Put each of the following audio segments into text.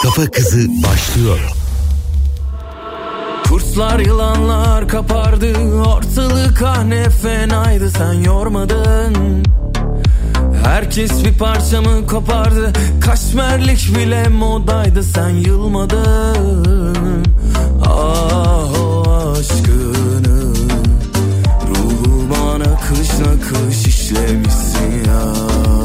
Kafa Kızı başlıyor. Kurtlar yılanlar kapardı, ortalık ne fenaydı, sen yormadın. Herkes bir parçamı kopardı, kaşmerlik bile modaydı, sen yılmadın. Ah o aşkını ruhuma nakış nakış işlemişsin ya.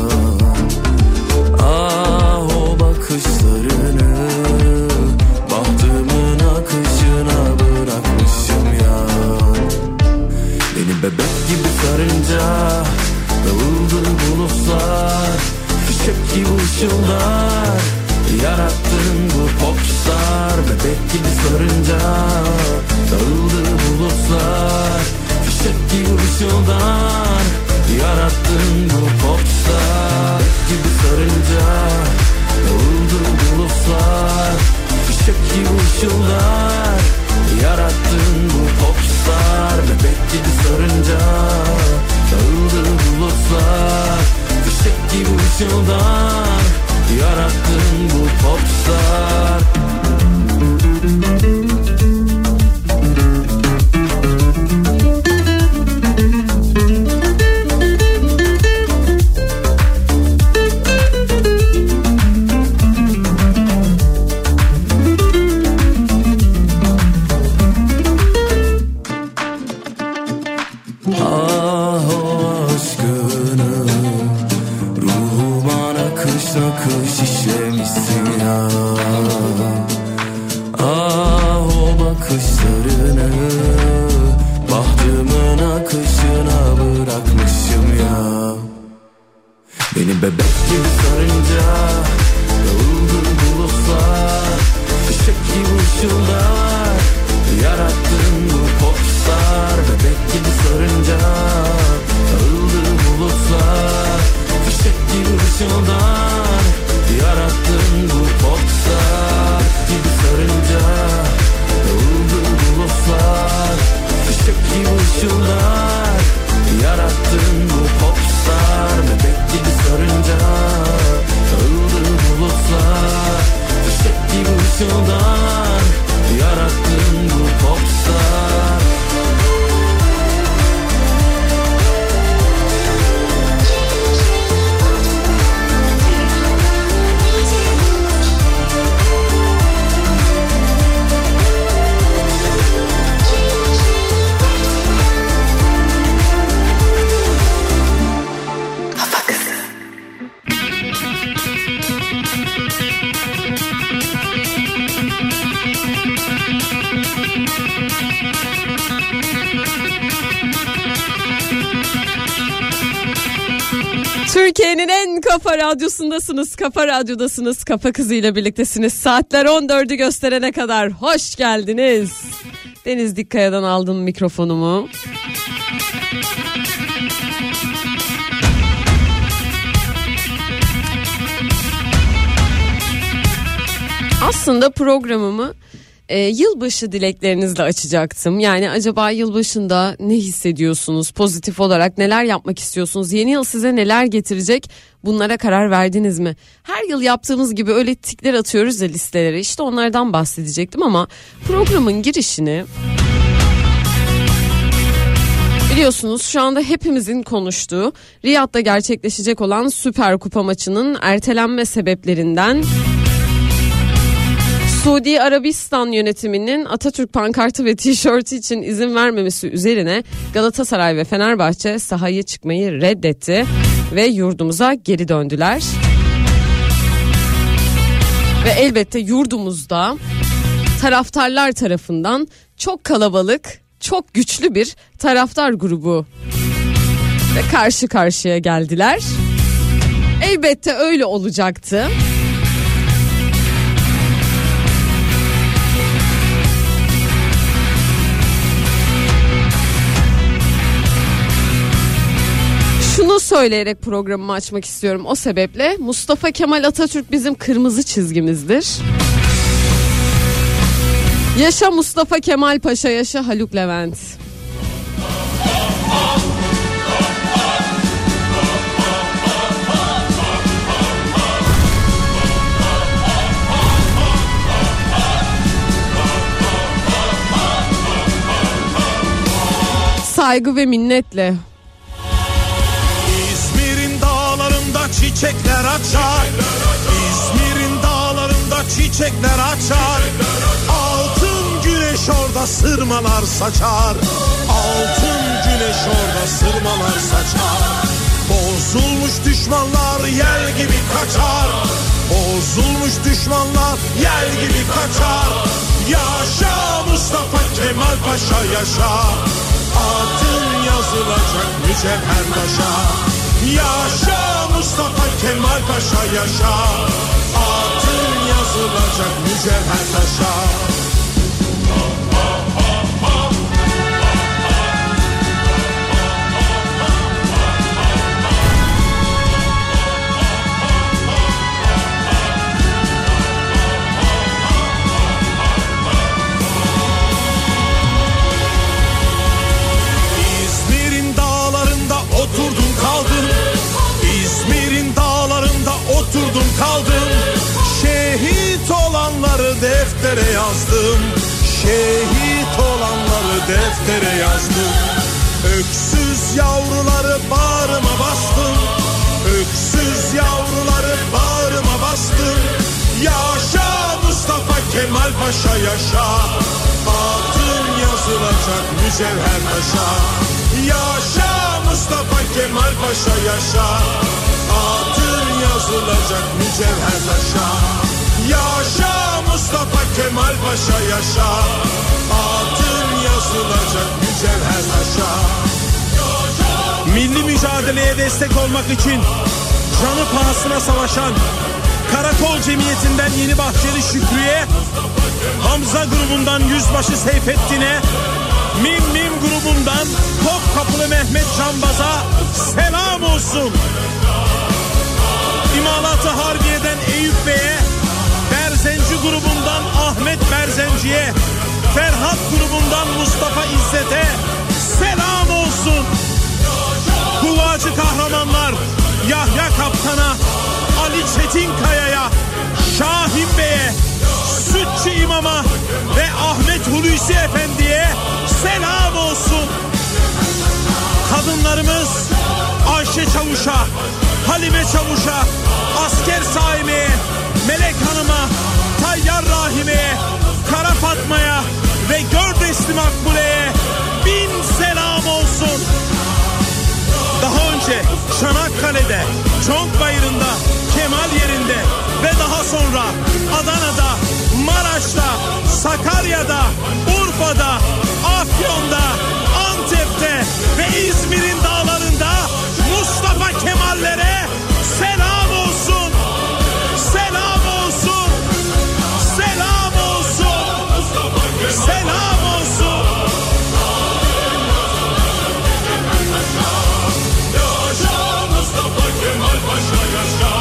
Ah o bakışlarını bahtımın akışına bırakmışım ya. Beni bebek gibi sarınca dağıldı bulutlar, fişek gibi ışıldar, yarattın bu popstar. Bebek gibi sarınca dağıldı bulutlar, fişek gibi ışıldar, yarattın bu popstar. Bebek gibi sarınca dağıldı bulutlar, fişek gibi ışıldar, yarattın bu popstar. Bebek gibi sarınca dağıldı bulutlar, fişek gibi ışıldar, yarattın bu popstar. Bebek gibi sarınca dağıldı bulutlar, fişek gibi ışıldar, yarattın bu popstar. Bebek gibi sarınca dağıldı bulutlar, fişek gibi ışıldar, yarattın bu popstar. Gibi sarınca dağıldı bulutlar, fişek gibi ışıldar, yarattın bu popstar. Bebek gibi sarınca dağıldı bulutlar, fişek gibi ışıldar, yarattın bu popstar. Türkiye'nin en kafa radyosundasınız, kafa radyodasınız, Kafa Kızı ile birliktesiniz. Saatler 14'ü gösterene kadar hoş geldiniz. Deniz Dikkaya'dan aldım mikrofonumu. Aslında programımı yılbaşı dileklerinizle açacaktım. Yani acaba yılbaşında ne hissediyorsunuz? Pozitif olarak neler yapmak istiyorsunuz? Yeni yıl size neler getirecek? Bunlara karar verdiniz mi? Her yıl yaptığımız gibi öyle tikler atıyoruz ya listelere. İşte onlardan bahsedecektim ama programın girişini... Biliyorsunuz şu anda hepimizin konuştuğu Riyad'da gerçekleşecek olan Süper Kupa maçının ertelenme sebeplerinden... Suudi Arabistan yönetiminin Atatürk pankartı ve tişörtü için izin vermemesi üzerine Galatasaray ve Fenerbahçe sahaya çıkmayı reddetti ve yurdumuza geri döndüler. Ve elbette yurdumuzda taraftarlar tarafından çok kalabalık, çok güçlü bir taraftar grubu ve karşı karşıya geldiler. Elbette öyle olacaktı. Şunu söyleyerek programımı açmak istiyorum. O sebeple Mustafa Kemal Atatürk bizim kırmızı çizgimizdir. Yaşa Mustafa Kemal Paşa, yaşa Haluk Levent. saygı ve minnetle. İzmir'in dağlarında çiçekler açar. İzmir'in dağlarında çiçekler açar. Altın güneş orada sırmalar saçar. Altın güneş orada sırmalar saçar. Bozulmuş düşmanlar yel gibi kaçar. Bozulmuş düşmanlar yel gibi kaçar. Yaşa Mustafa Kemal Paşa yaşa. Adın yazılacak mücevher taşa. Yaşa Mustafa Kemal Paşa yaşa. Adın yazılacak mücevher taşa. Oturdum kaldım, İzmir'in dağlarında oturdum kaldım. Şehit olanları deftere yazdım. Şehit olanları deftere yazdım. Öksüz yavruları bağrıma bastım. Öksüz yavruları bağrıma bastım. Yaşa Mustafa Kemal Paşa yaşa. Adın yazılacak mücevher taşa. Yaşa Mustafa Kemal Paşa yaşa. Adın yazılacak mücevher taşa. Yaşa Mustafa Kemal Paşa yaşa. Adın yazılacak mücevher taşa. Milli mücadeleye destek olmak için canı pahasına savaşan Karakol Cemiyeti'nden Yeni Bahçeli Şükrü'ye, Hamza grubundan Yüzbaşı Seyfettin'e, Mim grubundan Topkapılı Mehmet Canbaz'a selam olsun. İmalat-ı Harbiye'den Eyüp Bey'e, Berzenci grubundan Ahmet Berzenci'ye, Ferhat grubundan Mustafa İzzet'e selam olsun. Kuvacı kahramanlar Yahya Kaptan'a, Ali Çetinkaya'ya, Şahin Bey'e, Sütçü İmam'a ve Ahmet Hulusi Efendi'ye selam olsun. Kadınlarımız Ayşe Çavuş'a, Halime Çavuş'a, Asker Saime'ye, Melek Hanım'a, Tayyar Rahime'ye, Kara Fatma'ya ve Gördesli Makbule'ye bin selam olsun. Daha önce Çanakkale'de, Çonkbayırı'nda, Kemal yerinde ve daha sonra Adana'da, Maraş'ta, Sakarya'da, Urfa'da, Afyon'da, Antep'te ve İzmir'in dağlarında Mustafa Kemal'lere selam olsun. Selam olsun. Selam olsun. Selam olsun. Yaşa Mustafa Kemal Paşa yaşa.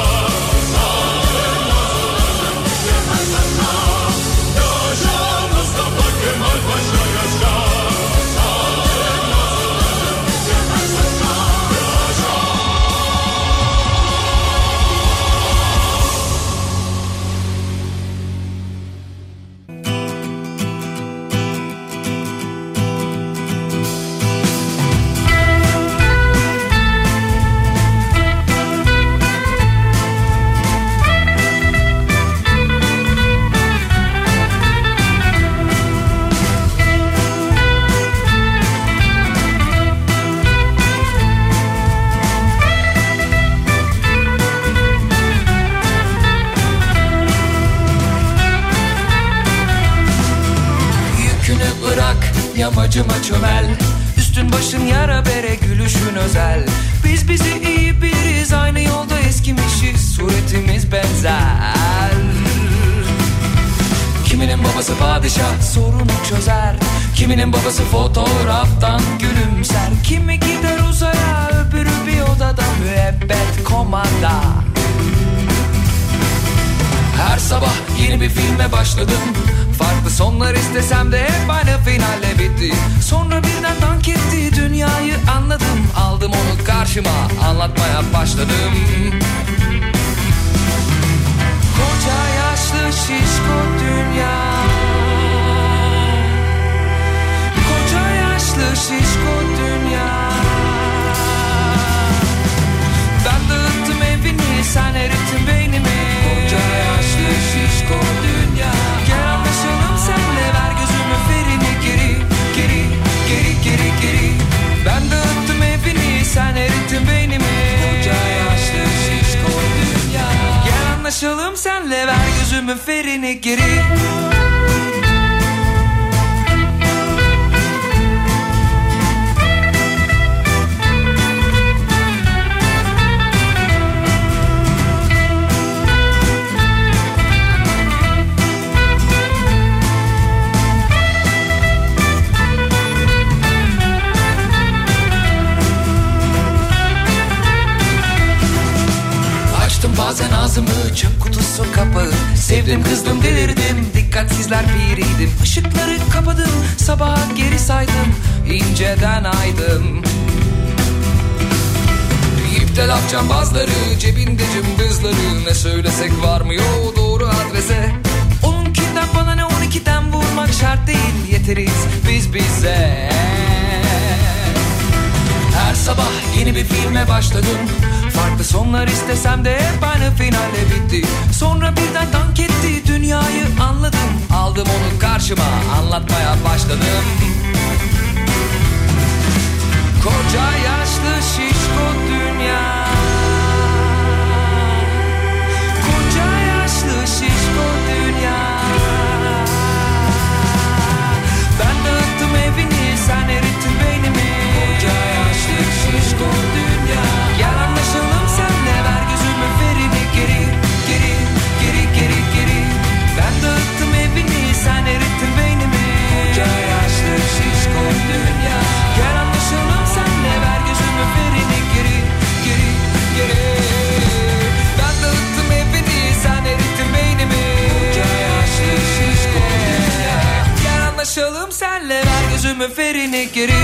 Yamacıma çömel, üstün başın yara bere, gülüşün özel. Biz bizi iyi biriz, aynı yolda eskimişiz, suretimiz benzer. Kiminin babası padişah, sorunu çözer. Kiminin babası fotoğraftan gülümser. Kimi gider uzaya, öbürü bir odada müebbet komanda. Her sabah yeni bir filme başladım. Farklı sonlar istesem de hep aynı finalle bitti. Sonra birden dank etti, dünyayı anladım. Aldım onu karşıma, anlatmaya başladım. Koca yaşlı şişko dünya. Koca yaşlı şişko dünya. sen erittin beynimi. Koca yaşlı şişko dünya. Gel anlaşalım senle, ver gözümün ferini geri. Geri, geri, geri, geri. Ben dağıttım evini, sen erittin beynimi. Koca yaşlı şişko dünya. Gel anlaşalım senle, ver gözümün ferini geri. Bazen ağzımı, çöp kutusu kapağı. Sevdim kızdım delirdim, dikkatsizler biriydim. Işıkları kapadım, sabaha geri saydım, inceden aydım. İpte laf cambazları, cebinde cımbızları. Ne söylesek varmıyor doğru adrese. Onunkinden bana ne 12'den vurmak şart değil. Yeteriz biz bize. Her sabah yeni bir filme başladım. Farklı sonlar istesem de hep aynı finalle bitti. Sonra birden dank etti, dünyayı anladım. Aldım onu karşıma, anlatmaya başladım. Koca yaşlı şişko dünya. Koca yaşlı şişko dünya. Ben dağıttım evini, sen erittin beynimi. Koca yaşlı şişko dünya. Gel anlaşalım senle, ver gözümün ferini geri. Geri, geri, geri, geri. Ben dağıttım evini, sen erittin beynimi. Koca yaşlı şişko dünya. Gel anlaşalım senle, ver gözümün ferini geri. Geri, geri. Ben dağıttım evini, sen erittin beynimi. Koca yaşlı şişko dünya. Gel anlaşalım senle, ver gözümün ferini geri.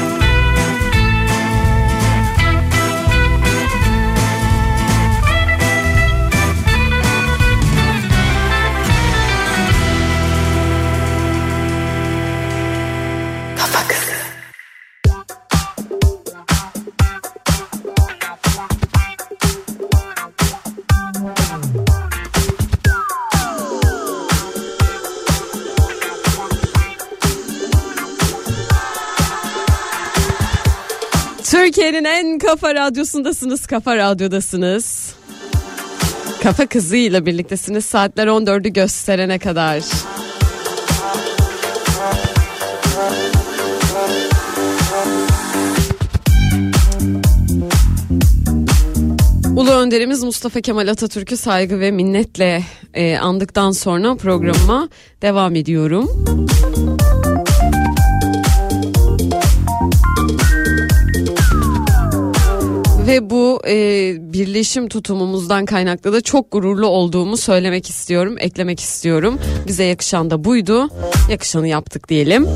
Türkiye'nin en kafa radyosundasınız, Kafa Radyo'dasınız. Kafa Kızı ile birliktesiniz saatler 14'ü gösterene kadar. Ulu önderimiz Mustafa Kemal Atatürk'ü saygı ve minnetle andıktan sonra programıma devam ediyorum. Ve bu birleşim tutumumuzdan kaynaklı da çok gururlu olduğumu söylemek istiyorum, eklemek istiyorum. Bize yakışan da buydu, yakışanı yaptık diyelim.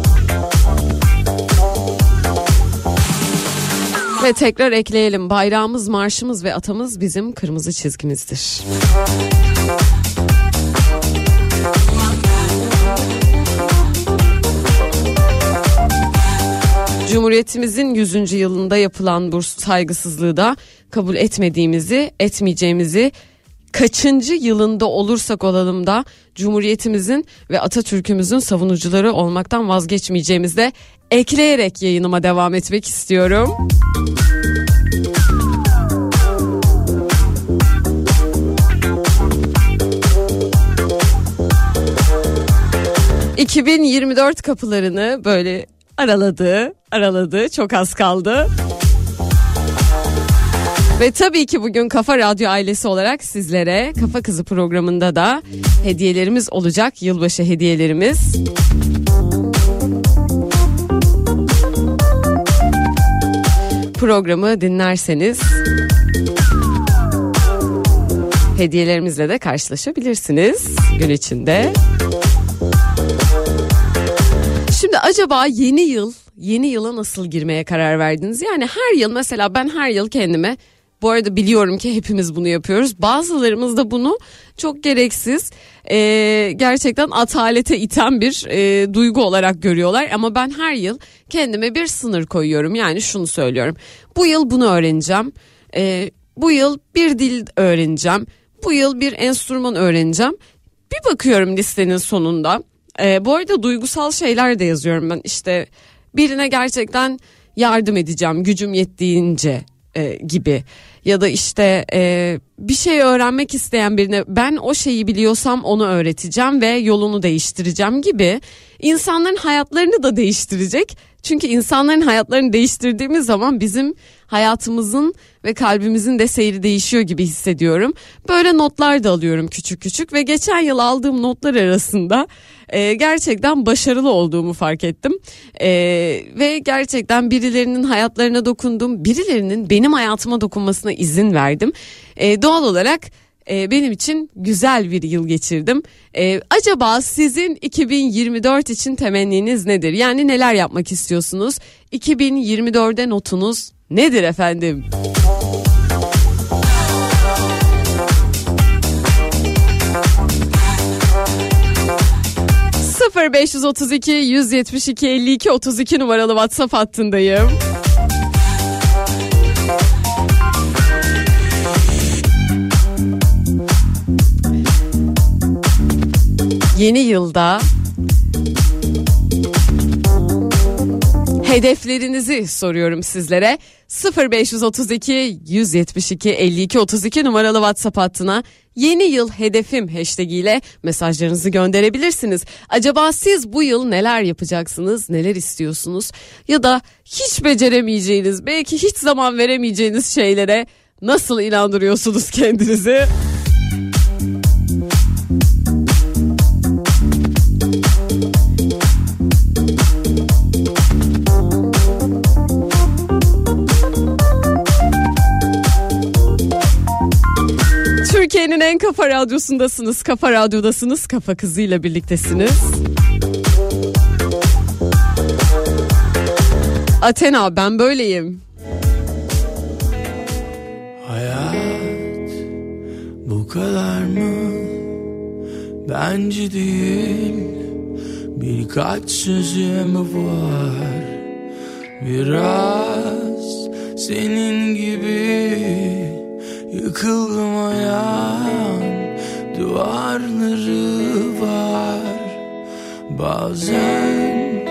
Ve tekrar ekleyelim, bayrağımız, marşımız ve atamız bizim kırmızı çizgimizdir. Cumhuriyetimizin 100. yılında yapılan bu saygısızlığı da kabul etmediğimizi, etmeyeceğimizi, kaçıncı yılında olursak olalım da Cumhuriyetimizin ve Atatürk'ümüzün savunucuları olmaktan vazgeçmeyeceğimizi de ekleyerek yayınıma devam etmek istiyorum. ...2024 kapılarını böyle araladı, çok az kaldı. Ve tabii ki bugün Kafa Radyo ailesi olarak sizlere Kafa Kızı programında da hediyelerimiz olacak, yılbaşı hediyelerimiz. Programı dinlerseniz hediyelerimizle de karşılaşabilirsiniz gün içinde. Şimdi acaba yeni yıla nasıl girmeye karar verdiniz? Yani her yıl, mesela ben her yıl kendime, bu arada biliyorum ki hepimiz bunu yapıyoruz. Bazılarımız da bunu çok gereksiz, gerçekten atalete iten bir duygu olarak görüyorlar. Ama ben her yıl kendime bir sınır koyuyorum. Yani şunu söylüyorum: bu yıl bunu öğreneceğim. bu yıl bir dil öğreneceğim. Bu yıl bir enstrüman öğreneceğim. Bir bakıyorum listenin sonunda. Bu arada duygusal şeyler de yazıyorum ben. İşte birine gerçekten yardım edeceğim gücüm yettiğince gibi. Ya da işte bir şey öğrenmek isteyen birine ben o şeyi biliyorsam onu öğreteceğim ve yolunu değiştireceğim gibi. İnsanların hayatlarını da değiştirecek. Çünkü insanların hayatlarını değiştirdiğimiz zaman bizim hayatımızın ve kalbimizin de seyri değişiyor gibi hissediyorum. Böyle notlar da alıyorum küçük küçük ve geçen yıl aldığım notlar arasında gerçekten başarılı olduğumu fark ettim. Ve gerçekten birilerinin hayatlarına dokundum, birilerinin benim hayatıma dokunmasına izin verdim. Doğal olarak benim için güzel bir yıl geçirdim. Acaba sizin 2024 için temenniniz nedir? Yani neler yapmak istiyorsunuz? 2024'e notunuz nedir efendim? ...0532 172 52 32 numaralı WhatsApp hattındayım. Yeni yılda hedeflerinizi soruyorum sizlere. 0532 172 52 32 numaralı WhatsApp hattına yeni yıl hedefim hashtag ile mesajlarınızı gönderebilirsiniz. Acaba siz bu yıl neler yapacaksınız, neler istiyorsunuz ya da hiç beceremeyeceğiniz, belki hiç zaman veremeyeceğiniz şeylere nasıl inandırıyorsunuz kendinizi? Türkiye'nin en kafa radyosundasınız, Kafa Radyo'dasınız, Kafa Kızı'yla birliktesiniz. Athena, ben böyleyim. Hayat bu kadar mı? Bence değil. Birkaç sözüm var. Biraz senin gibi yıkıldım, ayağın duvarları var. Bazen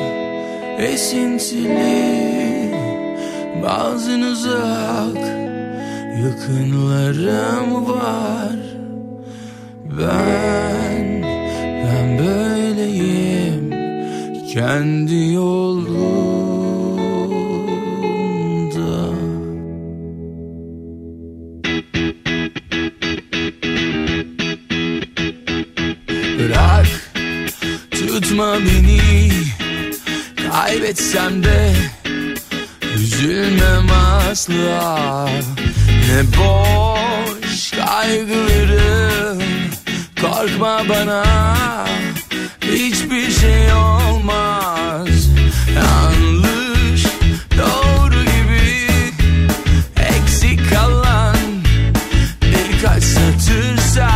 esintili, bazen uzak yakınlarım var. Ben böyleyim kendi yolumda. Bırak, tutma beni, kaybetsem de üzülmem asla. Ne boş kaygılarım, korkma bana, hiçbir şey olmaz. Yanlış doğru gibi eksik kalan birkaç satırsa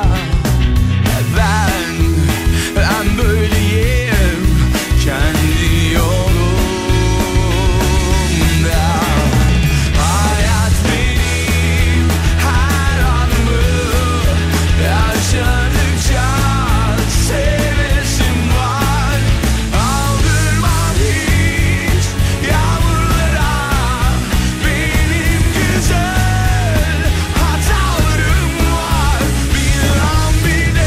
ben böyleyim kendi yolumda. Hayat benim her anımı yaşadıkça sevesim var. Aldırmam hiç yağmurlara, benim güzel hatalarım var. Bir an bile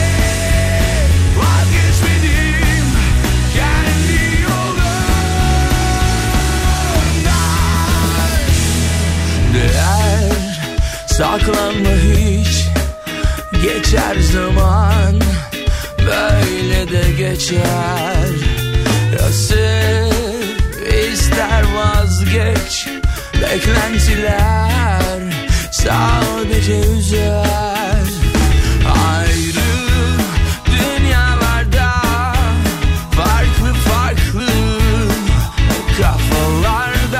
vazgeçmedim kendi yolumdan. Değer saklanma hiç, geçer zaman, böyle de geçer. Ya sev ister vazgeç, beklentiler sadece üzer. Ayrı dünyalarda, farklı farklı kafalarda.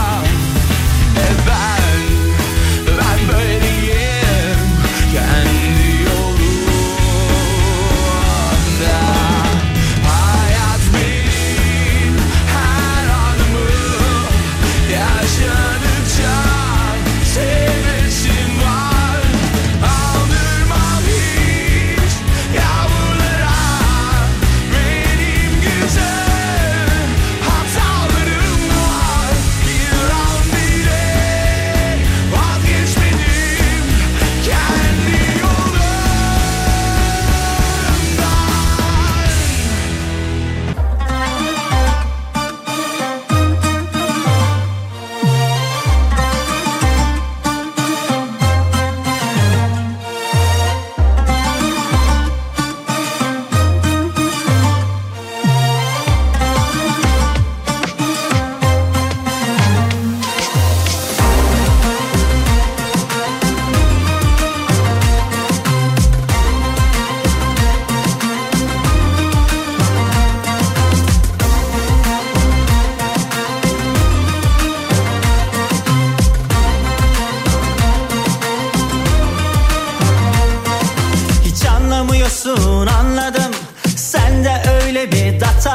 Ben böyleyim kendi yolumda. Hayat benim her anımı yaşadıkça sevesim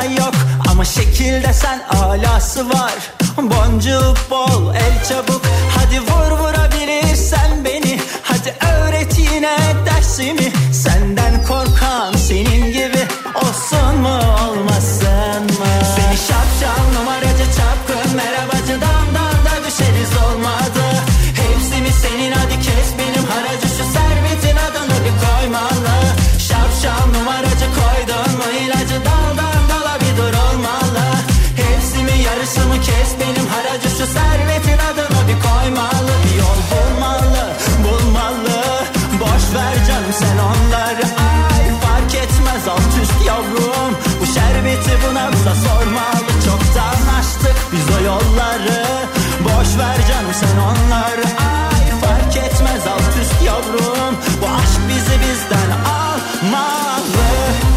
hala yok ama şekilde sen alası var. Boncuk bol el çabuk, hadi vur vurabilirsen beni, hadi öğret yine dersimi. Senden korkan senin gibi olsun mu olmasın mı? Seni şapşal numaracı çapkın merhabacı damdan da düşeriz olmadı. Hepsi mi senin, hadi kes benim haracı, şu servetin adını bir koymalı. Şapşal numaracı koydun mu ilacı, daldan dala bir dur olmalı. Hepsi mi yarısı mı kes benim haracı, şu servetin adını bir koymalı. Bir yol bulmalı, bulmalı, boş ver canım sen onları, ay fark etmez alt üst yavrum. Bu şerbeti buna bize sormalı, çoktan açtık biz o yolları. Boş ver canım sen onları, ay fark etmez alt üst yavrum. Bu aşk bizi bizden almalı.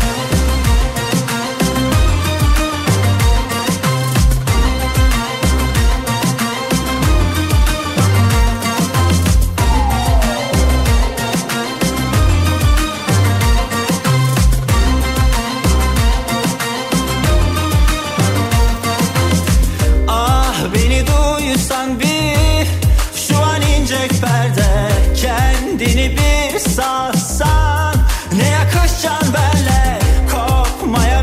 Beni duysan bir, şu an inecek perde, kendini bir salsan, ne yakışacaksın benle, kopmaya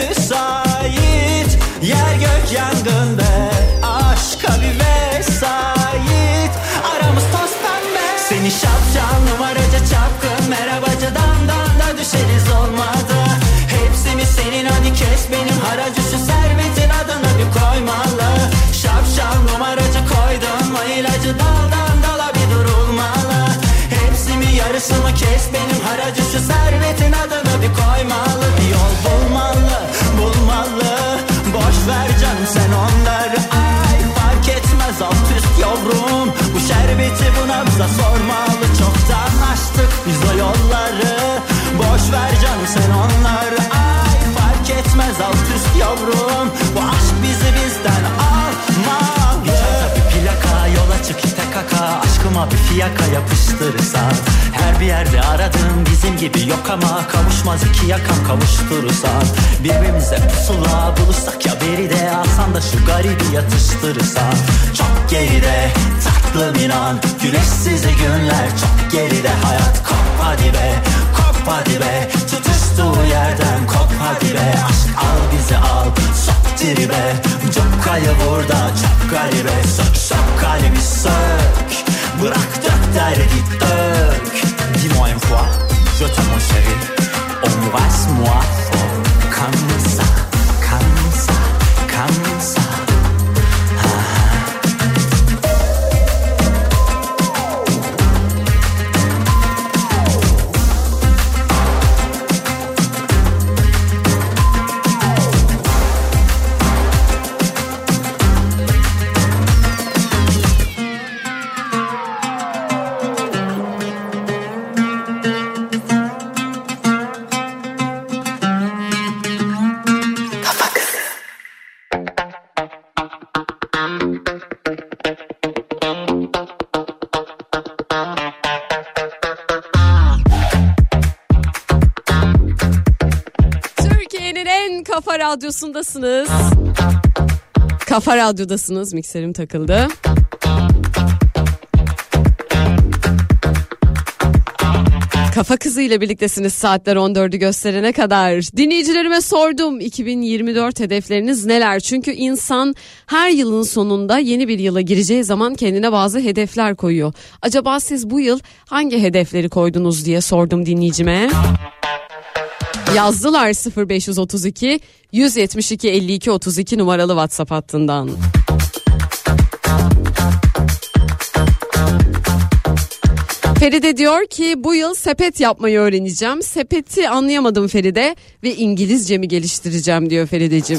müsait, yer gök yangın be, aşka bir vesait, aramız toz pembe. Seni şapşal numaracı çapkın merhabacı damdan da düşeriz olmadı. Hepsi mi senin, hadi kes benim haracı, şu servetin adını bir koymalı. Şapşal numaracı koydun mu ilacı, daldan dala bir durulmalı. Hepsi mi yarısı mı kes benim haracı, şu servetin adını bir koymalı. Bir yol bulmalı, bulmalı, boş ver canım sen onları, ay fark etmez alt üst yavrum. Bu şerbeti buna bize sormalı, çoktan açtık biz o yolları. Boş ver canım sen onları, ay fark etmez alt üst yavrum. Bu aşk bizi bizden almalı. Bir plaka yola çık ite kaka, aşkıma bir fiyaka yapıştırırsan. Her bir yerde aradığım bizim gibi yok ama kavuşmaz iki yakam kavuşturursan. Birbirimize pusula bulursak ya beride, alsan da şu garibi yatıştırırsan. Çok geride tatlım inan, güneşsiz günler çok geride. Hayat kop hadi be, kop hadi be, tutuştuğu yerden kop hadi be. Aşk al bizi al, sok tribe, cokkayı burada çok garibe. Sök sök kalemi sök, bırak dök derdi dök. Dis-moi une fois, je t'aime mon chéri, embrasse-moi fort, comme ça, comme ça, comme ça. Kafa Radyosu'ndasınız. Kafa Radyo'dasınız. Mikserim takıldı. Kafa Kızı ile birliktesiniz saatler 14'ü gösterene kadar. Dinleyicilerime sordum, 2024 hedefleriniz neler? Çünkü insan her yılın sonunda yeni bir yıla gireceği zaman kendine bazı hedefler koyuyor. Acaba siz bu yıl hangi hedefleri koydunuz diye sordum dinleyicime. Yazdılar 0532 172 52 32 numaralı WhatsApp hattından. Feride diyor ki bu yıl sepet yapmayı öğreneceğim. Sepeti anlayamadım Feride ve İngilizcemi geliştireceğim diyor Ferideciğim.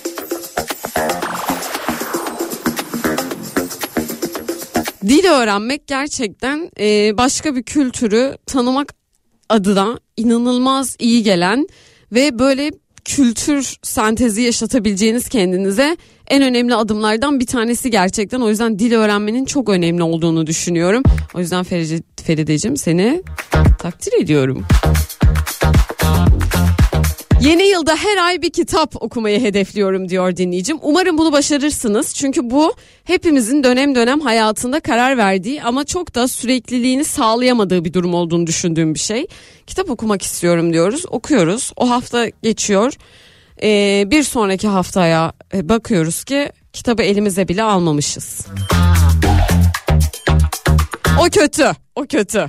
Dil öğrenmek gerçekten başka bir kültürü tanımak adına inanılmaz iyi gelen ve böyle kültür sentezi yaşatabileceğiniz kendinize en önemli adımlardan bir tanesi gerçekten. O yüzden dil öğrenmenin çok önemli olduğunu düşünüyorum. O yüzden Ferideciğim seni takdir ediyorum. Yeni yılda her ay bir kitap okumayı hedefliyorum diyor dinleyicim. Umarım bunu başarırsınız. Çünkü bu hepimizin dönem dönem hayatında karar verdiği ama çok da sürekliliğini sağlayamadığı bir durum olduğunu düşündüğüm bir şey. Kitap okumak istiyorum diyoruz. Okuyoruz. O hafta geçiyor. Bir sonraki haftaya bakıyoruz ki kitabı elimize bile almamışız. O kötü. O kötü.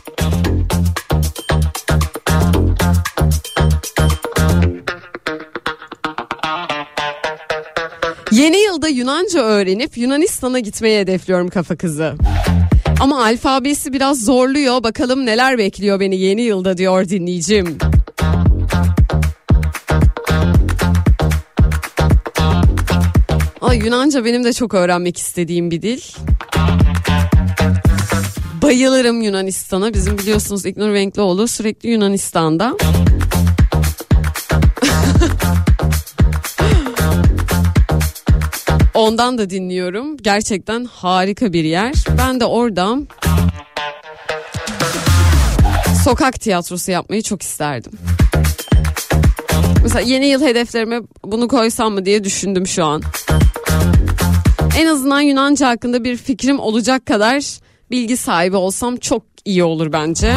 Yeni yılda Yunanca öğrenip Yunanistan'a gitmeyi hedefliyorum kafa kızı. Ama alfabesi biraz zorluyor. Bakalım neler bekliyor beni yeni yılda diyor dinleyicim. Yunanca benim de çok öğrenmek istediğim bir dil. Bayılırım Yunanistan'a. Bizim biliyorsunuz İlknur Venklioğlu sürekli Yunanistan'da. Ondan da dinliyorum. Gerçekten harika bir yer. Ben de orada sokak tiyatrosu yapmayı çok isterdim. Mesela yeni yıl hedeflerime bunu koysam mı diye düşündüm şu an. En azından Yunanca hakkında bir fikrim olacak kadar bilgi sahibi olsam çok iyi olur bence.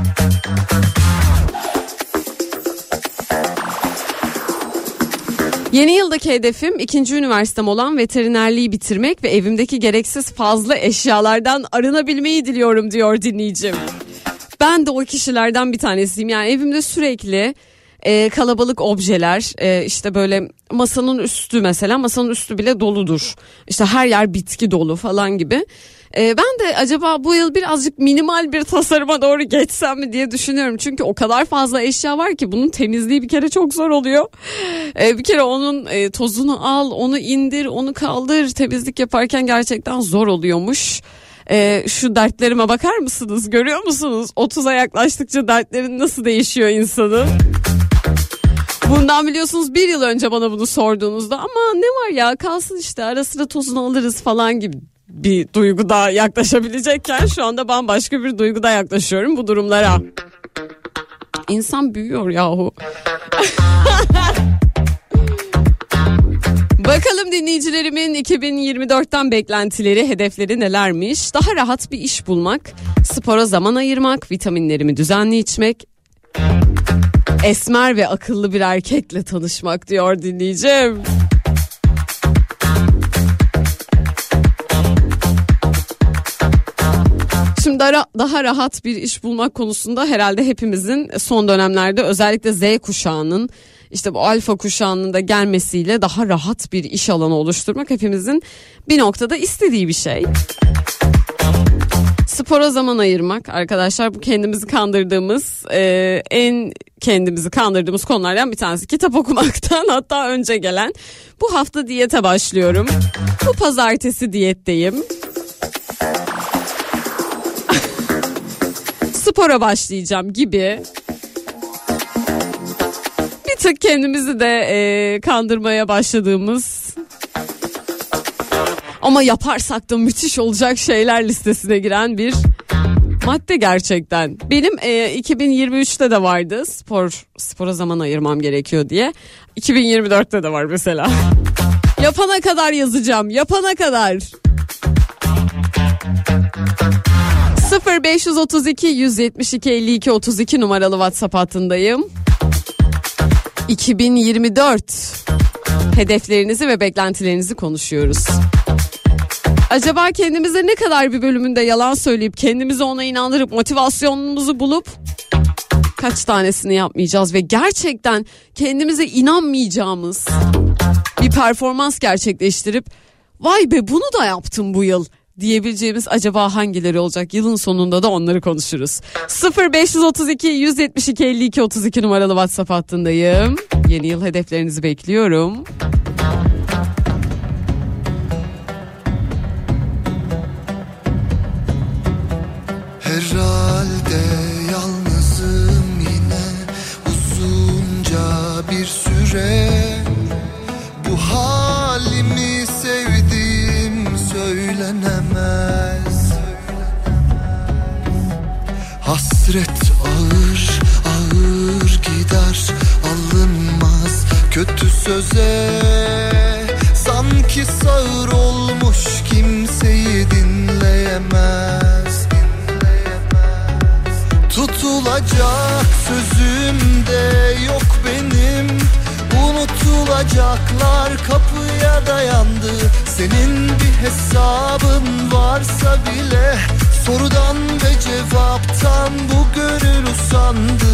Yeni yıldaki hedefim 2. üniversitem olan veterinerliği bitirmek ve evimdeki gereksiz fazla eşyalardan arınabilmeyi diliyorum diyor dinleyicim. Ben de o kişilerden bir tanesiyim. Yani evimde sürekli kalabalık objeler, işte böyle masanın üstü, mesela masanın üstü bile doludur. İşte her yer bitki dolu falan gibi. Ben de acaba bu yıl birazcık minimal bir tasarıma doğru geçsem mi diye düşünüyorum. Çünkü o kadar fazla eşya var ki bunun temizliği bir kere çok zor oluyor. Bir kere onun tozunu al, onu indir, onu kaldır. Temizlik yaparken gerçekten zor oluyormuş. Şu dertlerime bakar mısınız? Görüyor musunuz? 30'a yaklaştıkça dertlerin nasıl değişiyor insanın? Bundan biliyorsunuz bir yıl önce bana bunu sorduğunuzda ama ne var ya, kalsın işte, ara sıra tozunu alırız falan gibi bir duyguda yaklaşabilecekken şu anda bambaşka bir duyguda yaklaşıyorum bu durumlara. İnsan büyüyor yahu. Bakalım dinleyicilerimin 2024'ten beklentileri, hedefleri nelermiş? Daha rahat bir iş bulmak, spora zaman ayırmak, vitaminlerimi düzenli içmek, esmer ve akıllı bir erkekle tanışmak diyor dinleyicim. Şimdi daha rahat bir iş bulmak konusunda herhalde hepimizin son dönemlerde, özellikle Z kuşağının, işte bu alfa kuşağının da gelmesiyle daha rahat bir iş alanı oluşturmak hepimizin bir noktada istediği bir şey. Spora zaman ayırmak arkadaşlar, bu kendimizi kandırdığımız kendimizi kandırdığımız konulardan bir tanesi. Kitap okumaktan hatta önce gelen. Bu hafta diyete başlıyorum. Bu pazartesi diyetteyim. Spora başlayacağım gibi. Bir tık kendimizi de kandırmaya başladığımız ama yaparsak da müthiş olacak şeyler listesine giren bir madde gerçekten. Benim 2023'te de vardı spora zaman ayırmam gerekiyor diye. 2024'te de var mesela. Yapana kadar yazacağım, yapana kadar. 0532 172 52 32 numaralı WhatsApp hattındayım. 2024 hedeflerinizi ve beklentilerinizi konuşuyoruz. Acaba kendimize ne kadar bir bölümünde yalan söyleyip kendimizi ona inandırıp motivasyonumuzu bulup kaç tanesini yapmayacağız ve gerçekten kendimize inanmayacağımız bir performans gerçekleştirip vay be bunu da yaptım bu yıl diyebileceğimiz acaba hangileri olacak? Yılın sonunda da onları konuşuruz. 0532 172 52 32 numaralı WhatsApp hattındayım. Yeni yıl hedeflerinizi bekliyorum. Herhalde yalnızım yine uzunca bir süre. Bu halimi sevdiğim söylenemez. Hasret ağır ağır gider alın söze, sanki sağır olmuş kimseyi dinleyemez. Tutulacak sözümde yok benim, unutulacaklar kapıya dayandı. Senin bir hesabın varsa bile, sorudan ve cevaptan bu gönül usandı.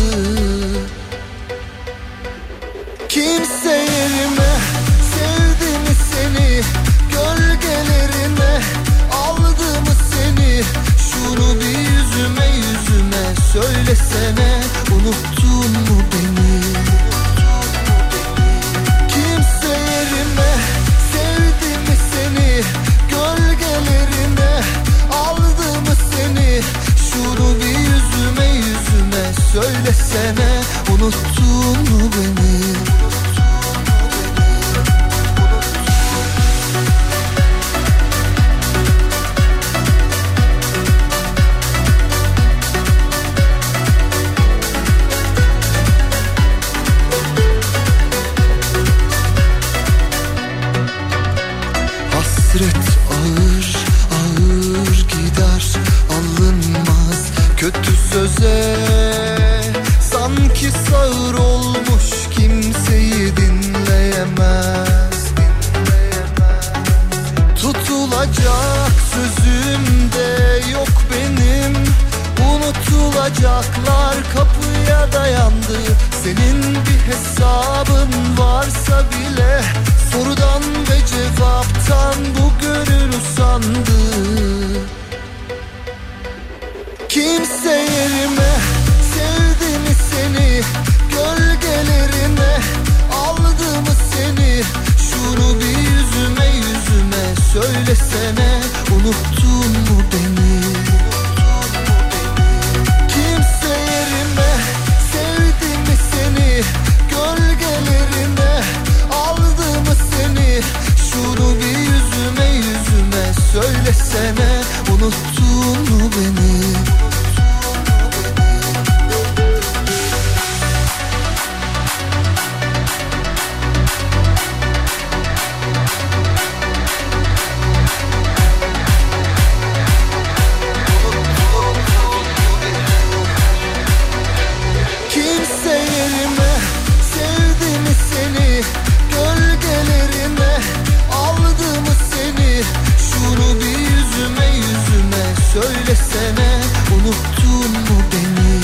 Kimse yerime sevdi mi seni, gölgelerine aldı mı seni? Şunu bir yüzüme söylesene, unuttun mu beni? Kimse yerime sevdi mi seni, gölgelerine aldı mı seni? Şunu bir yüzüme söylesene, unuttun mu beni? Hasret ağır ağır gider, alınmaz kötü söze, sanki sağır olmuş kimseyi dinleyemez. Tutulacak sözümde yok benim, unutulacaklar kapıya dayandı. Senin bir hesabın varsa bile, sorudan ve cevaptan bu gönül usandı. Kimse yerime sevdi mi seni, gölgelerine aldı mı seni? Şunu bir yüzüme söylesene, unuttun mu beni? Kimse yerime sevdi mi seni, gölgelerine aldı mı seni? Şunu bir yüzüme söylesene, unuttun mu beni? Kimse yerime sevdi mi seni, gölgelerine aldı mı seni? Şunu bir yüzüme söylesene, unuttun mu beni?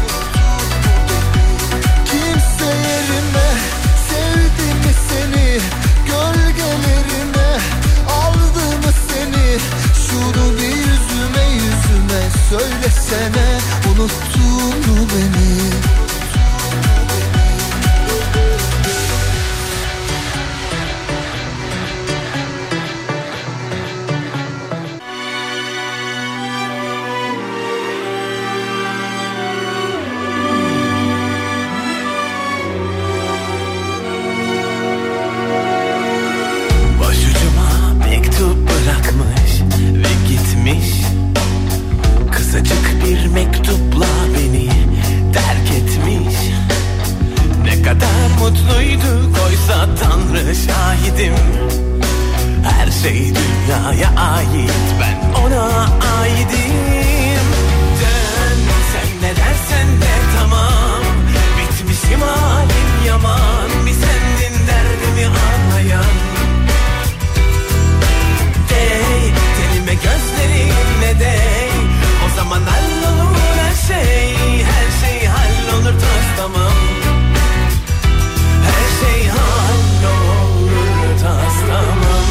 Kimse yerime sevdi mi seni, gölgelerine aldı mı seni? Şunu bir yüzüme söylesene, unuttun mu beni? Başucuma mektup bırakmış ve gitmiş. Kısacık bir mektupla beni terk etmiş. Ne kadar mutluyduk oysa Tanrı şahidim. Her şey dünyaya ait, ben ona aidim. Dön sen ne dersen de tamam, bitmişim halim yaman. Bir sendin derdimi anlayan. Dey tenime gözlerinle dey, o zaman hallolur her şey. Her şey hallolur tas tamam. Her şey hallolur tas tamam.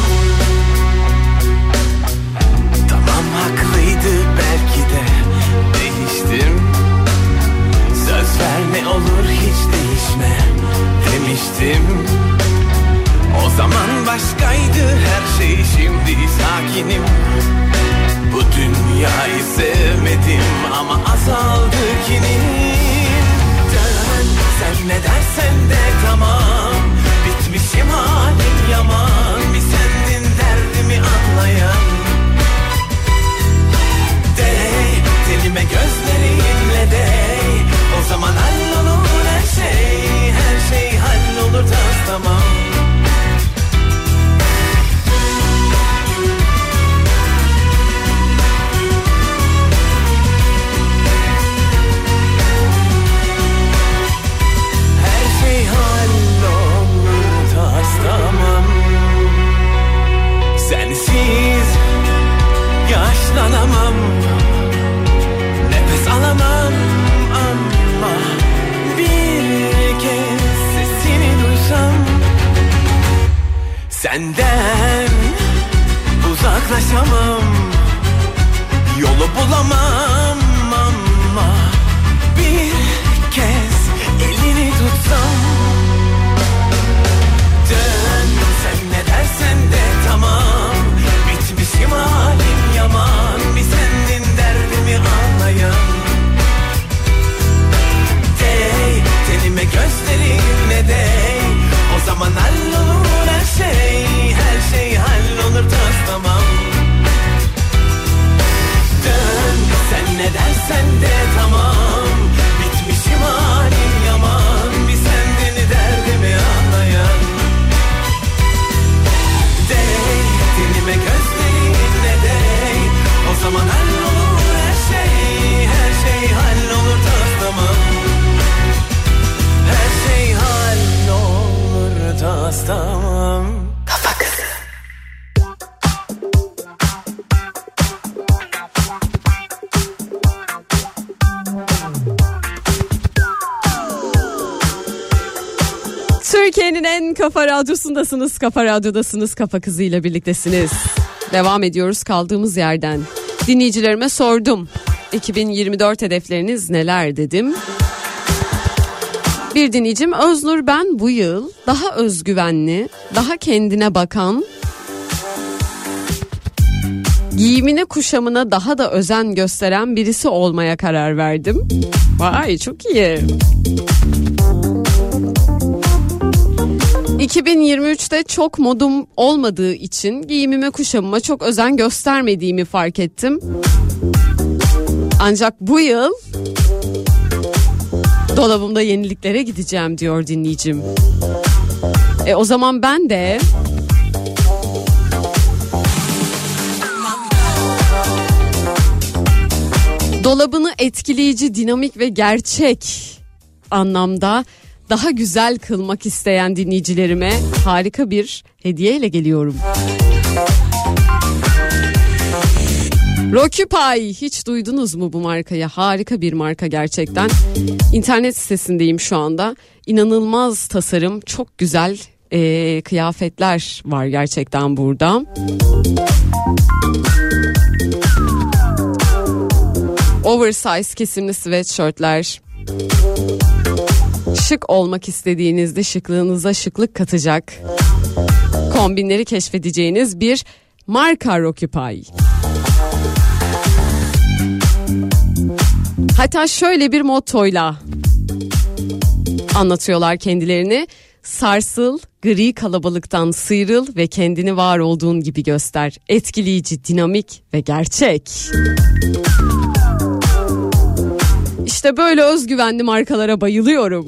Tamam haklıydı belki de, değiştim. Söz ver ne olur hiç değişme demiştim. O zaman başkaydı her şey, şimdi sakinim. Bu dünyayı sevmedim ama azaldı kinim. Dön sen ne dersen de tamam, bitmişim halim yaman. Bir sendin derdimi anlayan. Dey tenime gözlerinle dey, o zaman hallolur her şey. Her şey hallolur tas tamam. Senden uzaklaşamam, yolu bulamam ama bir kez elini tutsam. Dön sen ne dersen de tamam, bitmişim halim yaman, bir sendin derdimi anlayan. Değ tenime gözlerinle değ, o zaman hallolur her şey, her şey hallolur toz tamam. Dön sen ne dersen de tamam, bitmişim halim yaman, bir sendin derdimi anlayan. Değ tenime gözlerinle değ, o zaman hallolur her şey, her şey hallolur toz tamam. Her şey hallolur toz tamam. Kafa Kızı. Türkiye'nin en kafa radyosundasınız, Kafa Radyo'dasınız, Kafa Kızı ile birliktesiniz. Devam ediyoruz kaldığımız yerden. Dinleyicilerime sordum. 2024 hedefleriniz neler dedim. Bir dinleyicim, Öznur, ben bu yıl daha özgüvenli, daha kendine bakan, giyimine kuşamına daha da özen gösteren birisi olmaya karar verdim. Vay, çok iyi. 2023'te çok modum olmadığı için giyimime kuşamıma çok özen göstermediğimi fark ettim. Ancak bu yıl dolabımda yeniliklere gideceğim diyor dinleyicim. O zaman ben de dolabını etkileyici, dinamik ve gerçek anlamda daha güzel kılmak isteyen dinleyicilerime harika bir hediyeyle geliyorum. Rockupy, hiç duydunuz mu bu markayı? Harika bir marka gerçekten. İnternet sitesindeyim şu anda. İnanılmaz tasarım, çok güzel kıyafetler var gerçekten burada. Oversize kesimli sweatshirtler. Şık olmak istediğinizde şıklığınıza şıklık katacak kombinleri keşfedeceğiniz bir marka Rockupy. Hatta şöyle bir mottoyla anlatıyorlar kendilerini: sarsıl, gri kalabalıktan sıyrıl ve kendini var olduğun gibi göster. Etkileyici, dinamik ve gerçek. İşte böyle özgüvenli markalara bayılıyorum.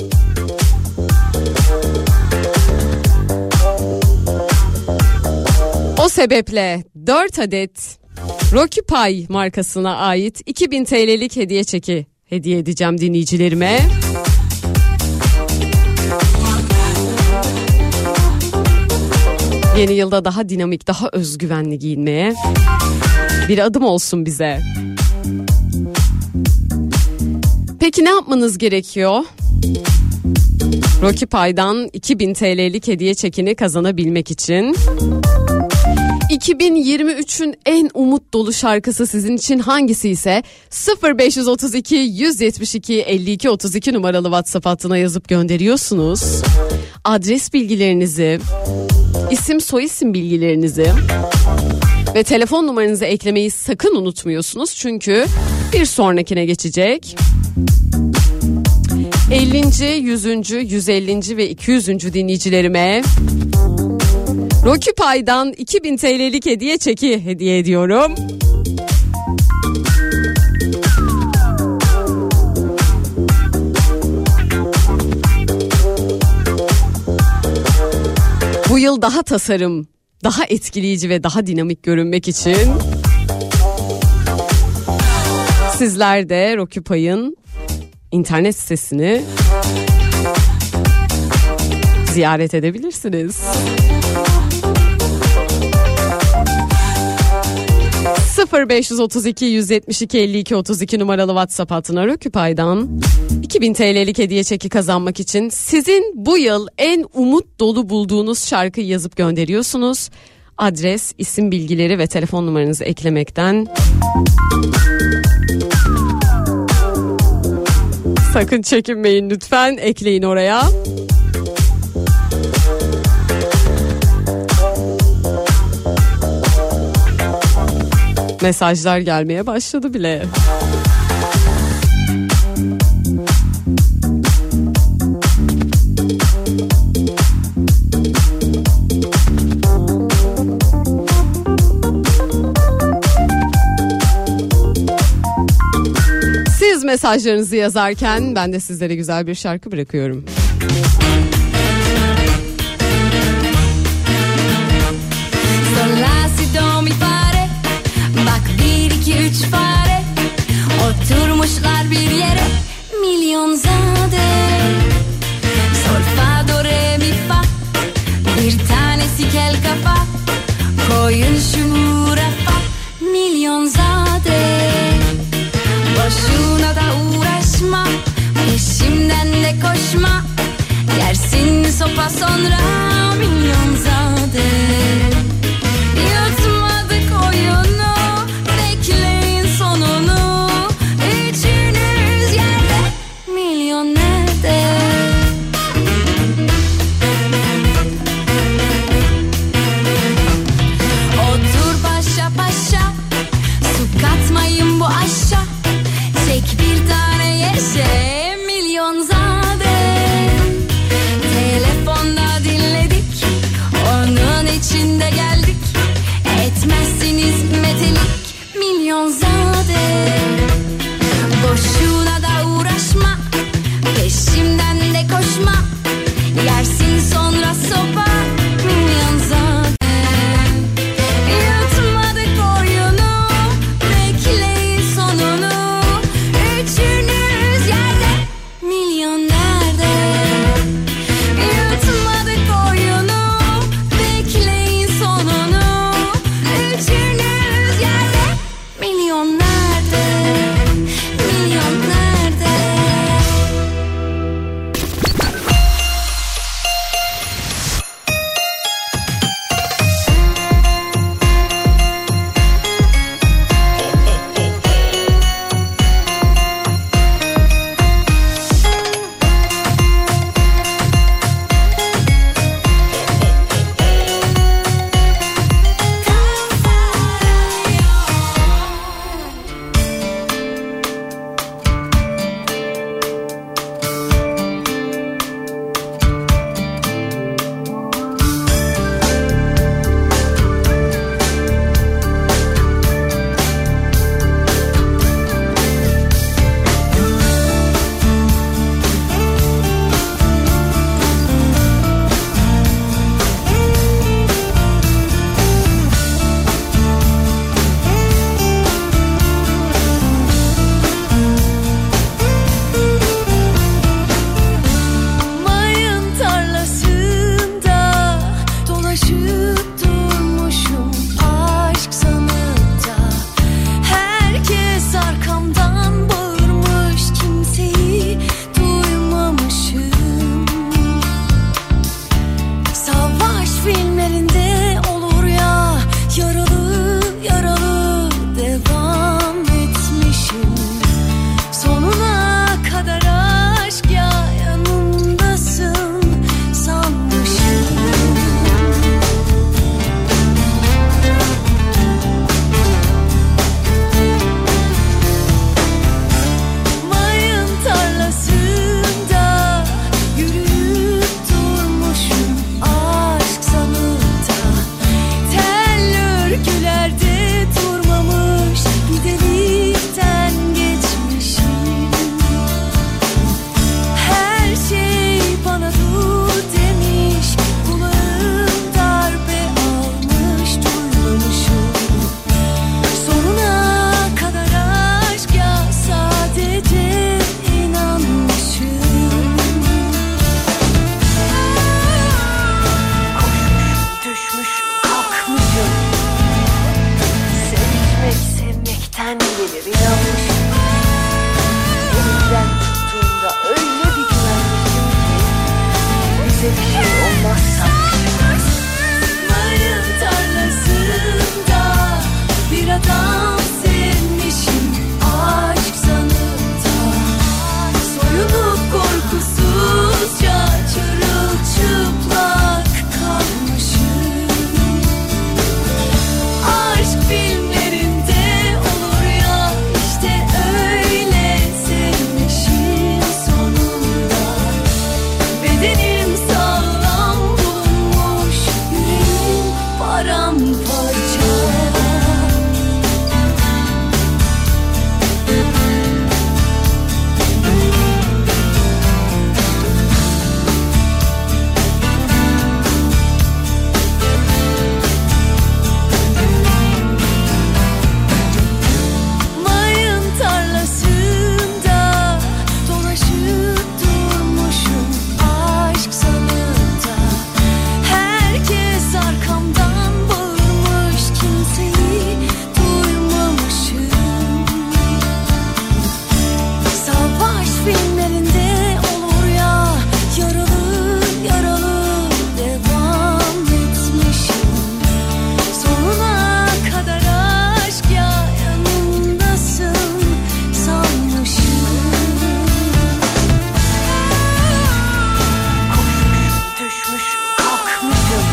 O sebeple 4 adet Rockupy markasına ait 2000 TL'lik hediye çeki hediye edeceğim dinleyicilerime. Yeni yılda daha dinamik, daha özgüvenli giyinmeye bir adım olsun bize. Peki ne yapmanız gerekiyor? Rockupy'dan 2000 TL'lik hediye çekini kazanabilmek için. 2023'ün en umut dolu şarkısı sizin için hangisi ise 0532 172 52 32 numaralı WhatsApp hattına yazıp gönderiyorsunuz. Adres bilgilerinizi, isim soyisim bilgilerinizi ve telefon numaranızı eklemeyi sakın unutmuyorsunuz. Çünkü bir sonrakine geçecek. 50. 100. 150. ve 200. dinleyicilerime Rockupy'dan 2000 TL'lik hediye çeki hediye ediyorum. Bu yıl daha tasarım, daha etkileyici ve daha dinamik görünmek için sizler de Rockupy'ın internet sitesini ziyaret edebilirsiniz. 0532 172 52 32 numaralı WhatsApp hattına Rockupy'dan 2000 TL'lik hediye çeki kazanmak için sizin bu yıl en umut dolu bulduğunuz şarkıyı yazıp gönderiyorsunuz. Adres, isim bilgileri ve telefon numaranızı eklemekten sakın çekinmeyin lütfen, ekleyin oraya. Mesajlar gelmeye başladı bile. Siz mesajlarınızı yazarken ben de sizlere güzel bir şarkı bırakıyorum. Bak 1, 2, 3 fare oturmuşlar bir yere, milyonzade. Sol, fa, do, re, mi, fa, bir tanesi kel kafa, koyun şu rafa, milyonzade. Boşuna da uğraşma, peşimden de koşma, olmazsam. Mayın tarlasında bir adam sevmişim, aşk sanıpta soyunup korkusuzca çırılçıplak kalmışım. Aşk filmlerinde olur ya, işte öyle sevmişim sonunda. Bedenim sağlam bulunmuş, yüreğim paramparça. Mayın tarlasında dolaşıp durmuşum, aşk sanında. Herkes arkamdan bağırmış, kimseyi duymamışım. Savaş filmlerinde olur ya, yaralı yaralı devam etmişim. Sonuna kadar aşk ya, yanımdasın sanmışım. Koşmuşum, düşmüşüm, kalkmışım.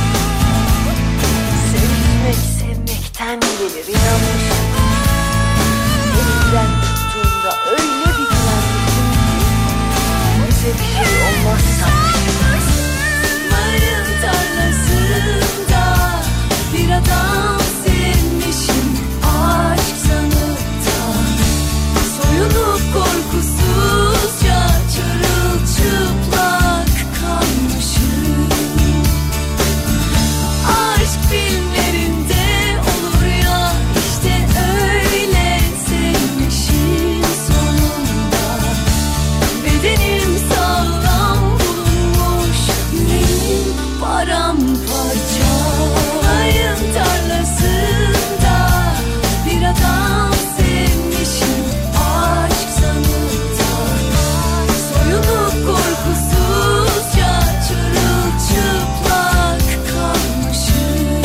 Sevmek sevmekten gelir, inanmışım. Elimden tuttuğunda öyle bir güvenmişim ki bize bir şey olmaz sanmışım. Mayın tarlasında bir adam sevmişim, aşk sanıpta soyunup korkusuzca çırılçıplak kalmışım. Aşk filmlerinde olur ya, işte öyle sevmişim sonunda. Bedenim sağlam bulunmuş, yüreğim paramparça. Mayın tarlasında bir adam sevmişim, aşk sanıpta soyunup korkusuzca çırılçıplak kalmışım.